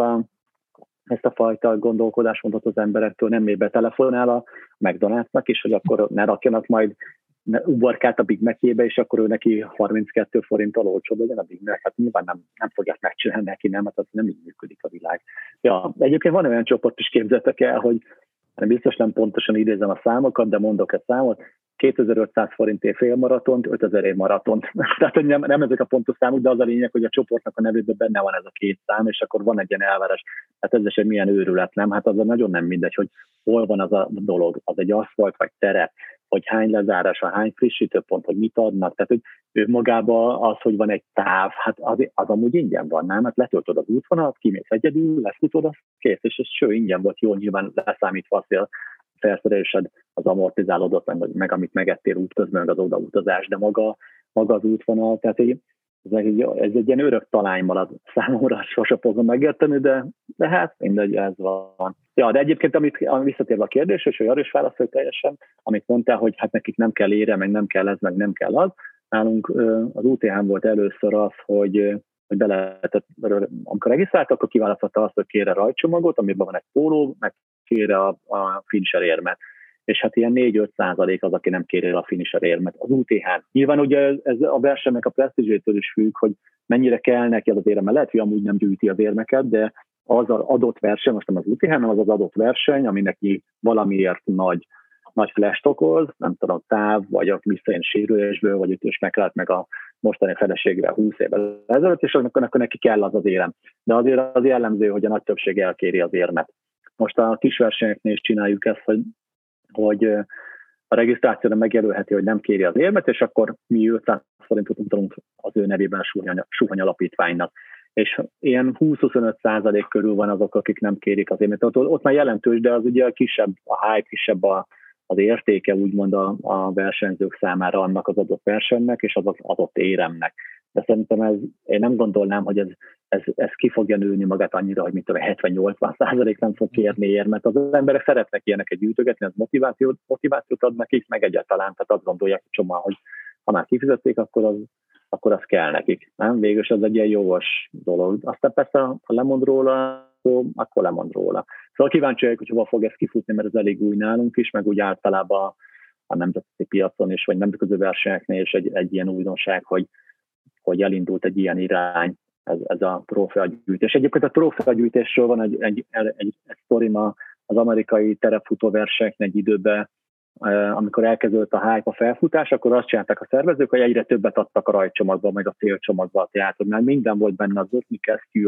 a fajta gondolkodásmódot az emberektől, nem még betelefonál a McDonald'snak is, hogy akkor ne rakjanak majd uborkát a Big Mac-jébe, és akkor ő neki 32 forinttal olcsóbb legyen a Big Mac. Hát nyilván nem fogják megcsinálni neki, nem, hát az nem így működik a világ. Ja, egyébként van olyan csoport is, képzeltek el, hogy biztos nem pontosan idézem a számokat, de mondok egy számot, 2500 forintért félmaratont, 5000 maratont. Tehát nem ezek a pontos számok, de az a lényeg, hogy a csoportnak a nevében benne van ez a 2 szám, és akkor van egy ilyen elvárás. Hát ez is egy milyen őrület, nem? Hát az nagyon nem mindegy, hogy hol van az a dolog, az egy aszfalt vagy terep, hogy hány lezárás, hány frissítőpont, hogy mit adnak. Tehát, hogy ő magában az, hogy van egy táv, hát az amúgy ingyen van, nem? Hát letöltöd az útvonalat, kimész egyedül, lefutod, az kész, és ez ingyen volt, jó, nyilván leszámítva a felszerelésed, az amortizálódott, meg amit megettél útközben, meg az odautazás, de maga az útvonal, tehát ez egy ilyen örök talány marad számomra, sose fogom megérteni, de hát mindegy, ez van. Ja, de egyébként, amit visszatérve a kérdés, és hogy arra is válaszolj teljesen, amit mondtál, hogy hát nekik nem kell ére, meg nem kell ez, meg nem kell az. Nálunk az UTH-n volt először az, hogy be lehetett, amikor regisztráltak, akkor kiválasztotta azt, hogy kére rajtcsomagot, amiben van egy póló, meg kére a finisher érmet. És hát ilyen 4-5% az, aki nem kéri a finisher érmet. Az UTH-n. Nyilván ugye ez a versenynek a presztízsétől is függ, hogy mennyire kell neki az érme. Lehet, hogy amúgy nem gyűjti az érmeket, de az az adott verseny, most nem az UTH, hanem az adott verseny, ami neki valamiért nagy flash-t okoz, nem tudom, táv, vagy a visszajön sérülésből, vagy ütős megállt meg a mostani feleségre 20 évvel ezelőtt, és akkor neki kell az érem. De azért az jellemző, hogy a nagy többség elkéri az érmet. Most a kis versenyeknél is csináljuk ezt, hogy a regisztrációra megjelölheti, hogy nem kéri az érmet, és akkor mi 500 forintot utalunk az ő nevében a Suhany Alapítványnak. és ilyen 20-25% körül van azok, akik nem kérik azért, mert ott már jelentős, de az ugye kisebb a hype, kisebb az értéke úgymond a versenyzők számára annak az adott versenynek, és az adott éremnek. De szerintem én nem gondolnám, hogy ez ki fogja nőni magát annyira, hogy 70-80% nem fog kérni érmet. Az emberek szeretnek ilyeneket gyűjtögetni, az motivációt ad nekik, meg egyáltalán, tehát azt gondolják csomóan, hogy ha már kifizették, akkor az kell nekik. Nem? Végülis ez egy ilyen jogos dolog. Aztán persze, ha lemond róla, akkor lemond róla. Szóval kíváncsi vagyok, hogy hova fog ez kifutni, mert ez elég új nálunk is, meg úgy általában a nemzeti piacon is, vagy nemzetközi versenyeknél is egy ilyen újdonság, hogy elindult egy ilyen irány, ez a trófeagyűjtés. Egyébként a trófeagyűjtésről van egy sztorim az amerikai terepfutó versenyeknek egy időben, amikor elkezdődött a hype, a felfutás, akkor azt csinálták a szervezők, hogy egyre többet adtak a rajtcsomagba, meg a célcsomagba, tehát hogy már minden volt benne, az ötnikesztyű,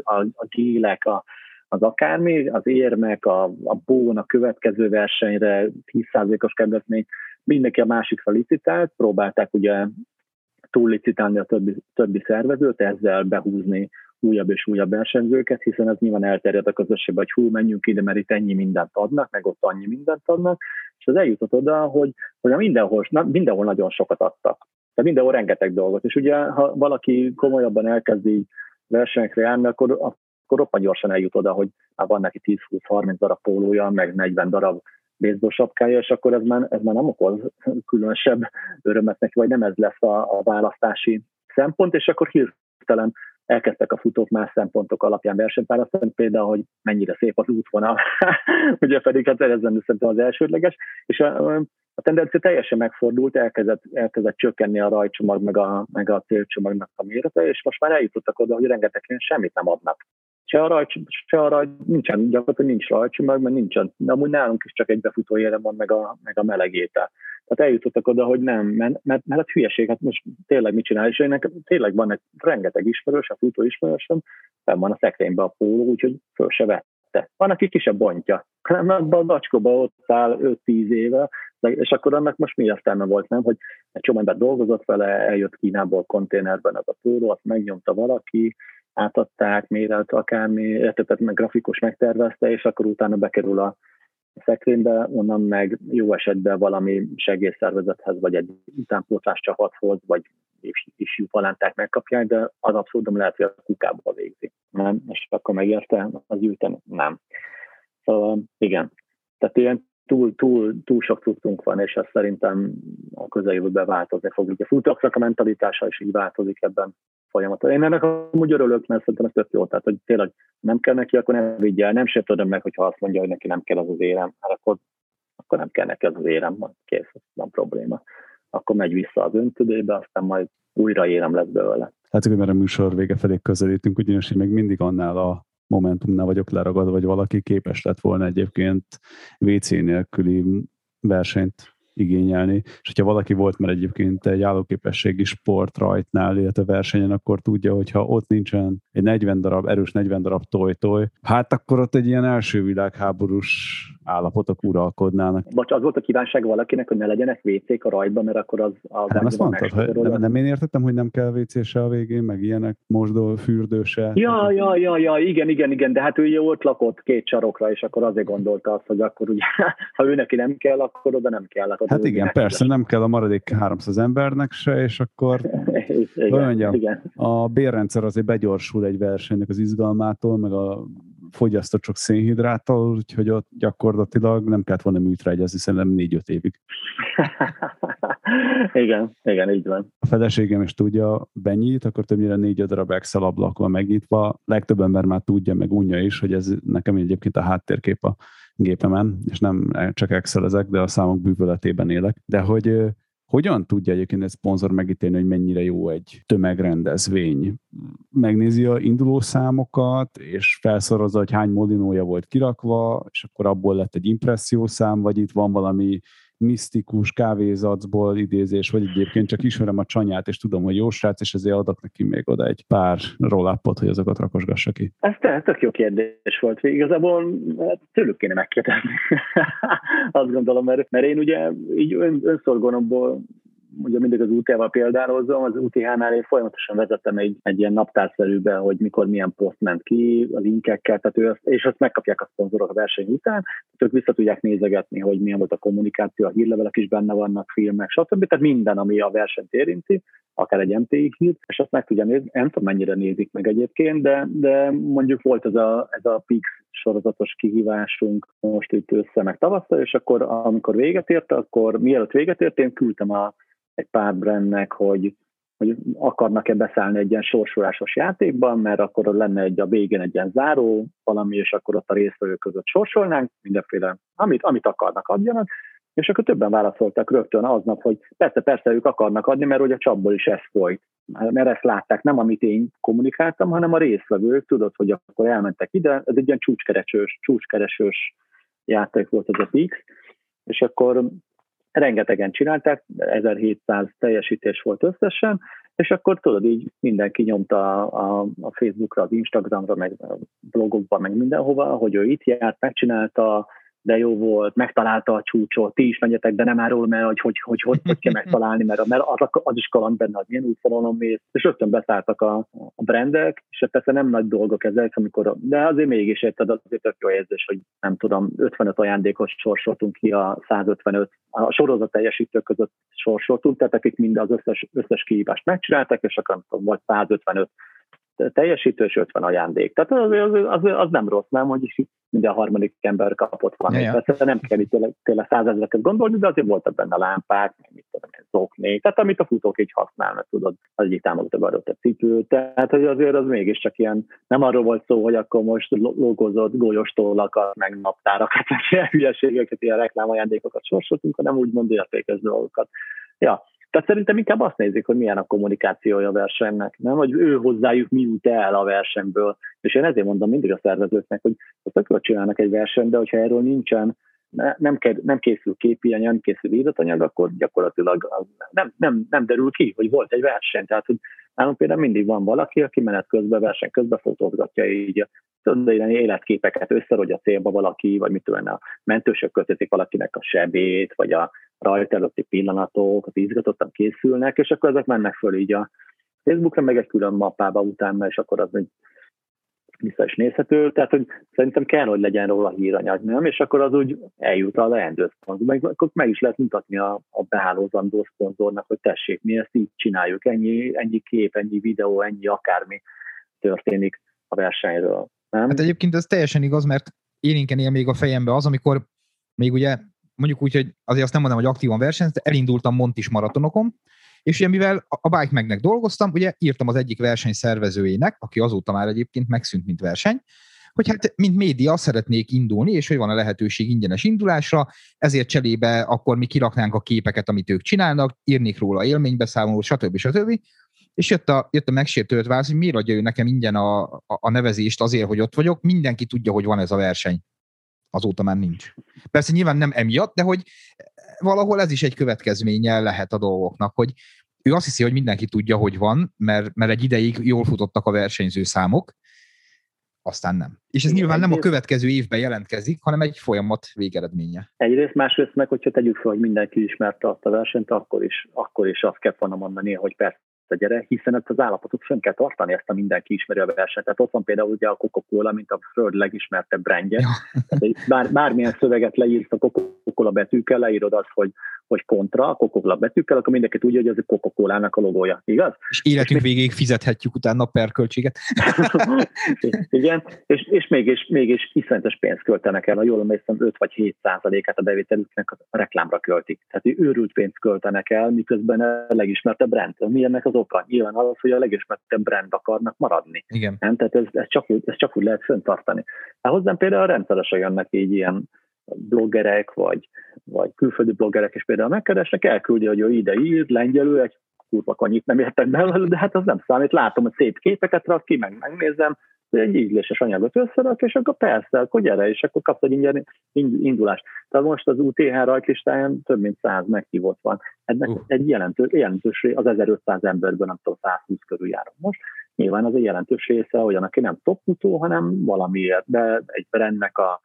a gélek, az akármi, az érmek, a bón, a következő versenyre 10%-os kedvezmény, mindenki a másikra licitált, próbálták ugye túllicitálni a többi szervezőt, ezzel behúzni újabb és újabb versenyzőket, hiszen ez nyilván elterjed a közösségbe, hogy menjünk ide, mert itt ennyi mindent adnak, meg ott annyi mindent adnak, és az eljutott oda, hogy mindenhol nagyon sokat adtak. Tehát mindenhol rengeteg dolgot. És ugye, ha valaki komolyabban elkezdi versenyekre járni, akkor roppant gyorsan eljut oda, hogy van neki 10-20-30 darab pólója, meg 40 darab baseball sapkája, és akkor ez már nem okoz különösebb örömet neki, vagy nem ez lesz a választási szempont, és akkor hirtelen elkezdtek a futók más szempontok alapján versenypálasztani, például, hogy mennyire szép az útvonal, ugye pedig hát ez nem szerintem az elsődleges, és a tendencia teljesen megfordult, elkezdett csökkenni a rajtcsomag, meg a célcsomagnak a mérete, és most már eljutottak oda, hogy rengeteg semmit nem adnak. Se a rajt, nincsen, gyakorlatilag nincs rajtcsomag, mert nincsen, de amúgy nálunk is csak egy befutó érem van, meg a melegétel. Tehát eljutottak oda, hogy nem, mert hát hülyeség, hát most tényleg mit csinál, és ennek tényleg van egy rengeteg ismerős, a futó ismerősöm, fenn van a szekrénybe a póló, úgyhogy föl se vette. Van, aki ki se bontja, hanem abban a dacskóban ott áll 5-10 éve, és akkor annak most mi értelme volt, nem? Hogy egy csomó ember dolgozott vele, eljött Kínából konténerben az a póló, azt megnyomta valaki, átadták, mérelt akármi, értetett meg grafikus megtervezte, és akkor utána bekerül a szekrénybe, onnan meg jó esetben valami segélyszervezethez, vagy egy utánpótlás csapathoz, vagy is palánták megkapják, de az abszolút nem lehet, hogy a kukába végzi. Nem? És akkor megérte az gyűjteni? Nem. Szóval igen. Tehát ilyen túl sok tudtunk van, és ez szerintem a közeljövőben változni fog. Ugye a futóknak a mentalitása is így változik ebben folyamaton. Én ennek amúgy örülök, mert szerintem ez tök jó. Tehát, hogy tényleg nem kell neki, akkor nem vigye el. Nem sértődöm meg, hogyha azt mondja, hogy neki nem kell az érem. Hát akkor nem kell neki az érem, kész, nem probléma. Akkor megy vissza az öntüdébe, aztán majd újra érem lesz belőle. Hát, hogy már a műsor vége felé közelítünk, ugyanis én még mindig annál a Momentumnál vagyok leragadva, vagy valaki képes lett volna egyébként WC nélküli versenyt igényelni, és hogyha valaki volt már egyébként egy állóképességi sportrajtnál, illetve versenyen, akkor tudja, hogyha ott nincsen egy erős 40 darab toj-toj, hát akkor ott egy ilyen első világháborús állapotok uralkodnának. Bocs, az volt a kívánság valakinek, hogy ne legyenek WC-k a rajtban, mert akkor az... Nem azt mondtad, nem én értettem, hogy nem kell WC-se a végén, meg ilyenek, mosdó, fürdőse. Ja, igen, de hát ő ott lakott 2 sarokra, és akkor azért gondolta azt, hogy akkor ugye, ha ő neki nem kell, akkor oda nem kell. Hát igen, persze, nem kell a maradék 300 embernek se, és akkor igen. A bérrendszer azért begyorsul egy versenynek az izgalmától, meg a fogyasztott sok szénhidráttól, úgyhogy ott gyakorlatilag nem kellett volna műtre egyezni, szerintem 4-5 évig. igen, így van. A feleségem is tudja, benyit, akkor többnyire 4-5 darab Excel ablak van megnyitva. Legtöbb ember már tudja, meg unja is, hogy ez nekem egyébként a háttérkép a gépemen, és nem csak Excel-ezek, de a számok bűvöletében élek. De hogy hogyan tudja egyébként egy szponzor megítélni, hogy mennyire jó egy tömegrendezvény? Megnézi a induló számokat, és felszorozza, hogy hány molinója volt kirakva, és akkor abból lett egy impressziószám, vagy itt van valami misztikus kávézacból idézés, vagy egyébként csak ismerem a Csanyát, és tudom, hogy jó srác, és ezért adok neki még oda egy pár roll-upot, hogy azokat rakosgassa ki. Ez tök jó kérdés volt. Igazából tőlük kéne megkérdezni. Azt gondolom, mert én ugye így önszorgalomból ugye mindig az UTH-val példálozom, az UTH-nál én folyamatosan vezettem egy ilyen naptárszerűbe, hogy mikor milyen poszt ment ki, a linkekkel, és azt megkapják a szponzorok a verseny után, ők vissza tudják nézegetni, hogy milyen volt a kommunikáció, a hírlevelek is benne vannak, filmek, stb. Tehát minden, ami a versenyt érinti, akár egy MTI hír, és azt meg tudja nézni, nem tudom mennyire nézik meg egyébként, de mondjuk volt ez a PIX sorozatos kihívásunk most itt össze meg tavasszal, és akkor amikor véget ért, akkor mielőtt véget ért, én küldtem egy pár brandnek, hogy akarnak-e beszállni egy ilyen sorsolásos játékban, mert akkor lenne a végén egy ilyen záró valami, és akkor ott a résztvevők között sorsolnánk, mindenféle, amit akarnak adjanak, és akkor többen válaszoltak rögtön aznap, hogy persze ők akarnak adni, mert hogy a csapból is ez folyt. Mert ezt látták, nem amit én kommunikáltam, hanem a résztvevők, tudod, hogy akkor elmentek ide, ez egy ilyen csúcskeresős játék volt az a PIX, és akkor rengetegen csinálták, 1700 teljesítés volt összesen, és akkor tudod, így mindenki nyomta a Facebookra, az Instagramra, meg a blogokba, meg mindenhova, hogy ő itt járt, megcsinálta, de jó volt, megtalálta a csúcsot, ti is menjetek, de nem arról, mert hogy kell megtalálni, mert az is kaland benne, az milyen útvonalon mész, és rögtön beszálltak a brandek, és persze nem nagy dolgok ezek, de azért mégis érted, azért tök jó érzés, hogy nem tudom, 55 ajándékot sorsoltunk ki a 155, a sorozat teljesítők között sorsoltunk, tehát akik mind az összes kihívást megcsináltak, és akkor volt 155 teljesítő és 50 ajándék. Tehát az nem rossz, nem, hogy minden harmadik ember kapott valamit. Persze nem kell itt tényleg 100 000-eket gondolni, de azért voltak benne lámpák, mit tudom, zoknék, tehát amit a futók így használnak, tudod, az egyik támogatóban adott a cipőt, tehát hogy azért az mégiscsak ilyen, nem arról volt szó, hogy akkor most logozott gólyostólakat, meg naptárakat, meg ilyen hülyeségeket, ilyen reklámajándékokat sorsoltunk, hanem úgymond értékes dolgokat. Ja. Tehát szerintem inkább azt nézik, hogy milyen a kommunikációja a versenynek, nem? Hogy ő hozzájuk mi jut el a versenyből. És én ezért mondom mindig a szervezőknek, hogy tökről csinálnak egy versenyt, de hogyha erről nincsen, nem készül képi anyag, nem készül íratanyag, akkor gyakorlatilag nem derül ki, hogy volt egy verseny. Tehát, hogy nálunk például mindig van valaki, aki menet közben, verseny közben fotózgatja így életképeket össze, hogy a célba valaki, vagy mit tudom, a mentősök kötözik valakinek a sebét, vagy a rajt előtti pillanatok, az izgatottan készülnek, és akkor ezek mennek föl így a Facebookra, meg egy külön mappába utána, és akkor az egy vissza is nézhető, tehát hogy szerintem kell, hogy legyen róla híranyag, nem? És akkor az úgy eljut a leendő szponzor. Akkor meg is lehet mutatni a behálózandó szponzornak, hogy tessék, mi ezt így csináljuk, ennyi kép, ennyi videó, ennyi akármi történik a versenyről. Nem? Hát egyébként ez teljesen igaz, mert élénken él még a fejembe az, amikor még ugye mondjuk úgy, hogy azért azt nem mondom, hogy aktívan versenyztem, de elindultam Montis maratonokon, és ugye mivel a Bike Magnek dolgoztam, ugye írtam az egyik verseny szervezőjének, aki azóta már egyébként megszűnt, mint verseny, hogy hát mint média szeretnék indulni, és hogy van a lehetőség ingyenes indulásra, ezért cserébe akkor mi kiraknánk a képeket, amit ők csinálnak, írnék róla élménybeszámolót, stb. És jött a megsértődött válasz, hogy miért adja ő nekem ingyen a nevezést azért, hogy ott vagyok, mindenki tudja, hogy van ez a verseny. Azóta már nincs. Persze nyilván nem emiatt, de hogy valahol ez is egy következménye lehet a dolgoknak, hogy ő azt hiszi, hogy mindenki tudja, hogy van, mert egy ideig jól futottak a versenyző számok, aztán nem. És ez nyilván nem a következő évben jelentkezik, hanem egy folyamat végeredménye. Egyrészt, másrészt meg, hogyha tegyük fel, hogy mindenki ismerte azt a versenyt, akkor is azt kell volna mondani, hogy persze gyere, hiszen ezt az állapotot fönn kell tartani, ezt a mindenki ismeri a versenyt. Tehát ott van például ugye a Coca-Cola, mint a föld legismertebb brandje. Ja. Bármilyen szöveget leírsz a Coca-Cola betűkkel, leírod azt, hogy kontra, a Coca-Cola betűkkel, akkor mindenki tudja, hogy ez a Coca-Colának a logója, igaz? És életünk végéig fizethetjük utána per költséget. Igen, és mégis iszonyatos pénzt költenek el, ha jól emlékszem, 5 vagy 7%-át a bevételüknek a reklámra költik. Tehát őrült pénzt költenek el, miközben a legismertebb brand. Mi ennek az oka? Nyilván az, hogy a legismertebb brand akarnak maradni. Igen. Nem? Tehát ez csak úgy lehet fenntartani. Hát hozzám például rendszeresen jönnek így ilyen bloggerek, vagy külföldi bloggerek is például megkeresnek, elküldi, hogy ő ide ír, lengyelül, egy kurva annyit nem értek belőle, de hát az nem számít. Látom, hogy szép képeket rak ki, megnézem, hogy egy ízléses anyagot összerak, és akkor persze, akkor gyere, és akkor kapsz egy ingyen indulást. Tehát most az UTH rajtlistáján több mint 100 meghívott van. Ennek egy jelentős az 1500 emberből nem tudom, 120 körül járom most. Nyilván az egy jelentős része olyan, aki nem top futó, hanem valamiért, de egy brandnek a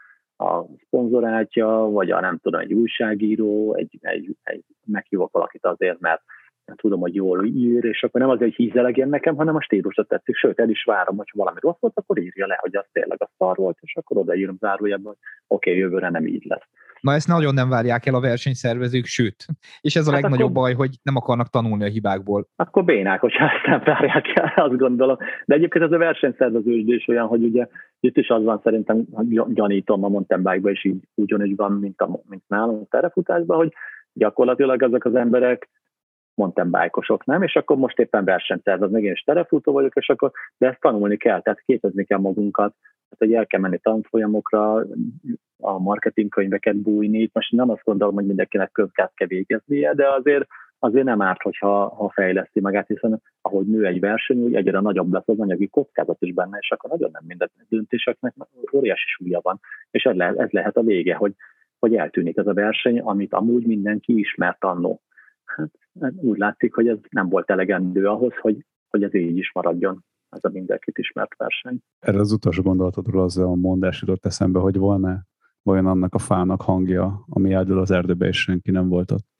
szponzorátja, vagy nem tudom, egy újságíró, egy meghívok valakit azért, mert tudom, hogy jól ír, és akkor nem azért, hogy hízelegjen nekem, hanem a stílusra tetszik. Sőt, el is várom, hogy valami rossz volt, akkor írja le, hogy az tényleg a szar volt, és akkor odaírom zárójelben, hogy oké, jövőre nem így lesz. Na ezt nagyon nem várják el a versenyszervezők, sőt. És ez a legnagyobb baj, hogy nem akarnak tanulni a hibákból. Akkor bénák, hogyha ezt nem várják el, azt gondolom. De egyébként ez a versenyszervező is olyan, hogy ugye itt is az van szerintem, gyanítom a mountain bike-ban is így ugyanúgy van, mint nálunk a terefutásban, hogy gyakorlatilag ezek az emberek mountain bike-osok, nem? És akkor most éppen versenyszerveznek, én is terefutó vagyok, és akkor, de ezt tanulni kell, tehát képezni kell magunkat, tehát hogy el kell menni tanfolyamokra, a marketingkönyveket bújni. Most nem azt gondolom, hogy mindenkinek könyvkát kell végeznie, de azért nem árt, hogyha fejleszti magát, hiszen ahogy nő egy verseny, úgy egyre nagyobb lesz az anyagi kockázat is benne, és akkor nagyon nem minden döntéseknek óriási súlya van. És ez lehet a vége, hogy eltűnik ez a verseny, amit amúgy mindenki ismert annó. Hát úgy látszik, hogy ez nem volt elegendő ahhoz, hogy ez így is maradjon. Ez a mindenkit ismert verseny. Erre az utolsó gondolatodról az a mondás jutott eszembe, hogy volna vajon annak a fának hangja, ami eldől az erdőbe, és senki nem volt ott.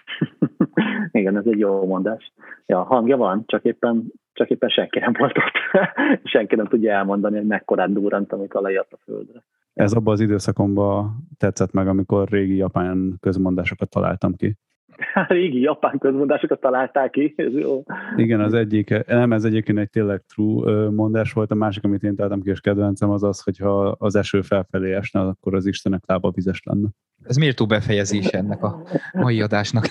Igen, ez egy jó mondás. Ja, hangja van, csak éppen senki nem volt ott. Senki nem tudja elmondani, hogy mekkorát durrant, amikor lejött a földre. Ez abban az időszakomban tetszett meg, amikor régi japán közmondásokat találtam ki. Régi japán közmondásokat találták ki, ez jó. Igen, az egyik, nem, ez egyébként egy tényleg true mondás volt, a másik, amit én találtam ki, és kedvencem az, hogyha az eső felfelé esne, akkor az Istenek lába vizes lenne. Ez méltó befejezése ennek a mai adásnak.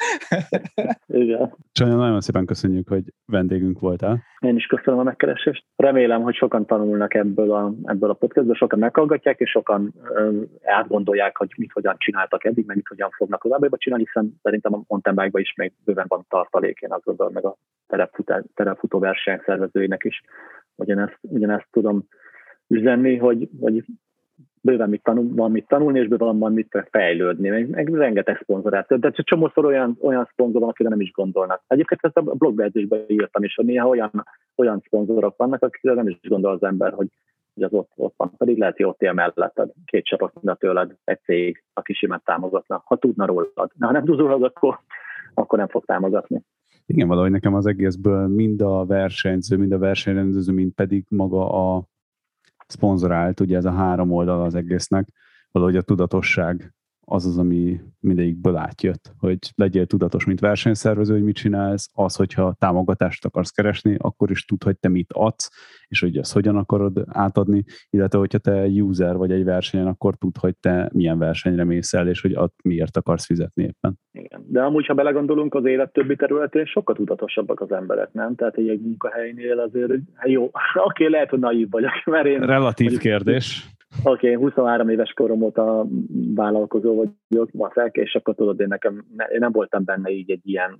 Igen. Csanya, nagyon szépen köszönjük, hogy vendégünk voltál. Én is köszönöm a megkeresést. Remélem, hogy sokan tanulnak ebből a podcastből, sokan meghallgatják, és sokan átgondolják, hogy mit hogyan csináltak eddig, meg mit hogyan fognak továbbba csinálni, hiszen szerintem a mountain bike-ban is még bőven van tartalék, én azt gondolom, meg a terepfutó versenyszervezőinek is ugyanezt tudom üzenni, hogy bőven van mit tanulni, és bőven van mit fejlődni, meg rengeteg szponzorát. De csomószor olyan szponzor van, akire nem is gondolnak. Egyébként ezt a blogbejegyzésben írtam is, hogy néha olyan szponzorok vannak, akire nem is gondol az ember, hogy az ott van. Pedig lehet, hogy ott él melletted, 2 csapatnál tőled egy cég, aki simán támogatna, ha tudna rólad. De ha nem tud rólad, akkor nem fog támogatni. Igen, valahogy nekem az egészből mind a versenyző, mind a versenyrendező, mind pedig maga a szponzorált, ugye ez a 3 oldal az egésznek, valahogy a tudatosság az, ami mindegyikből átjött, hogy legyél tudatos, mint versenyszervező, hogy mit csinálsz, az, hogyha támogatást akarsz keresni, akkor is tudd, hogy te mit adsz, és hogy ezt hogyan akarod átadni, illetve hogyha te user vagy egy versenyen, akkor tudd, hogy te milyen versenyre mész el, és hogy miért akarsz fizetni éppen. Igen. De amúgy, ha belegondolunk, az élet többi területén sokkal tudatosabbak az emberek, nem? Tehát egy munkahelynél azért, jó, oké, lehet, hogy naív vagyok, mert én... Relatív kérdés. Oké, 23 éves korom óta vállalkozó vagyok, maszek, és akkor tudod, én nem voltam benne így egy ilyen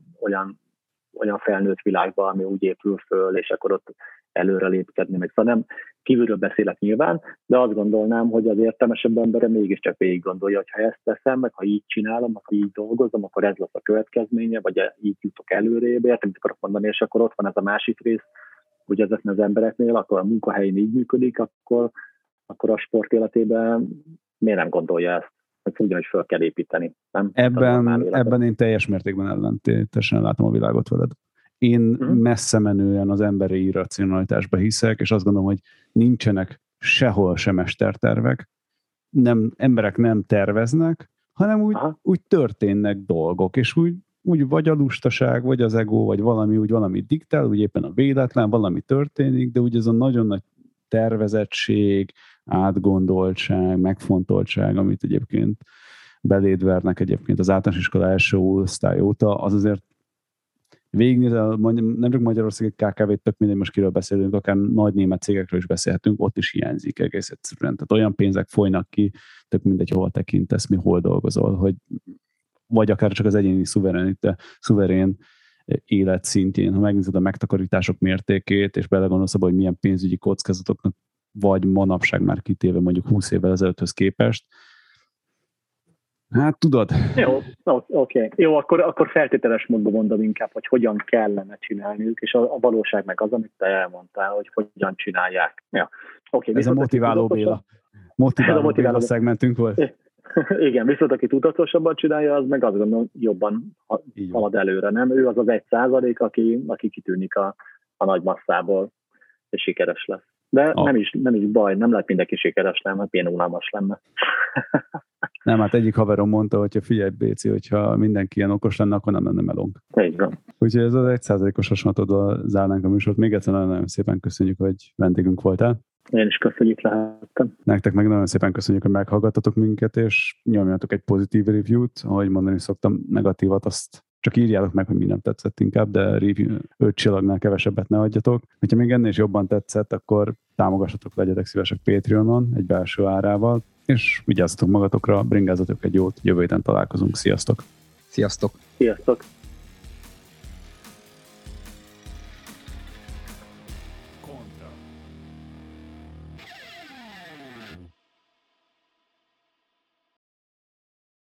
olyan felnőtt világban, ami úgy épül föl, és akkor ott előre lépkedni, meg szóval nem kívülről beszélek nyilván, de azt gondolnám, hogy az értelmesebb embere mégiscsak végig gondolja, hogy ha ezt teszem, meg ha így csinálom, ha így dolgozom, akkor ez lesz a következménye, vagy így jutok előrébb, értem, mit akarok mondani, és akkor ott van ez a másik rész, hogy ezeknél az embereknél, akkor a munkahelyén így működik, akkor a sport életében miért nem gondolja ezt, hogy ugyanúgy föl kell építeni. Nem? Ebben én teljes mértékben ellentétesen látom a világot veled. Én messze menően az emberi irracionalitásba hiszek, és azt gondolom, hogy nincsenek sehol sem mestertervek, emberek nem terveznek, hanem úgy történnek dolgok, és úgy vagy a lustaság, vagy az ego, vagy valami diktál, úgy éppen a véletlen, valami történik, de úgy ez a nagyon nagy tervezettség, átgondoltság, megfontoltság, amit egyébként beléd vernek egyébként az általános iskola első osztály óta, az azért végignézel, nem csak Magyarország egy KKV-t, tök mindegy, most kiről beszélünk, akár nagy német cégekről is beszélhetünk, ott is hiányzik egész egyszerűen. Tehát olyan pénzek folynak ki, tök mindegy, hol tekintesz, hol dolgozol, hogy vagy akár csak az egyéni szuverén élet szintjén, ha megnézed a megtakarítások mértékét, és belegondolsz abba, hogy milyen pénzügyi kockázatoknak vagy manapság már kitéve mondjuk 20 évvel ezelőtthöz képest. Hát tudod. Jó, oké. Jó, akkor feltételes módban mondom inkább, hogy hogyan kellene csinálniuk, és a valóság meg az, amit te elmondtál, hogy hogyan csinálják. Ja. Okay, ez a motiváló Béla. Motiváló Béla szegmentünk volt. Igen, viszont aki tudatosabban csinálja, az meg azt gondolom jobban halad előre, nem? Ő az az 1%, aki kitűnik a nagy masszából, és sikeres lesz. De nem is baj, nem lehet mindenki sikeres, nem, hát milyen unalmas lenne. Nem, hát egyik haverom mondta, hogyha figyelj, Béci, hogyha mindenki ilyen okos lenne, akkor nem lenne melónk. Így van. Úgyhogy ez az 1%-os hasonlatodva zárnánk a műsort. Még egyszer nagyon szépen köszönjük, hogy vendégünk voltál. Én is köszönjük, lehettem. Nektek meg nagyon szépen köszönjük, hogy meghallgattatok minket, és nyomjatok egy pozitív review-t. Ahogy mondani szoktam, negatívat azt csak írjátok meg, hogy mi nem tetszett inkább, de review 5 csillagnál kevesebbet ne adjatok. Ha még ennél is jobban tetszett, akkor támogassatok, legyetek szívesek Patreonon egy belső árával, és vigyázzatok magatokra, bringázatok egy jót, jövő héten találkozunk. Sziasztok! Sziasztok! Sziasztok!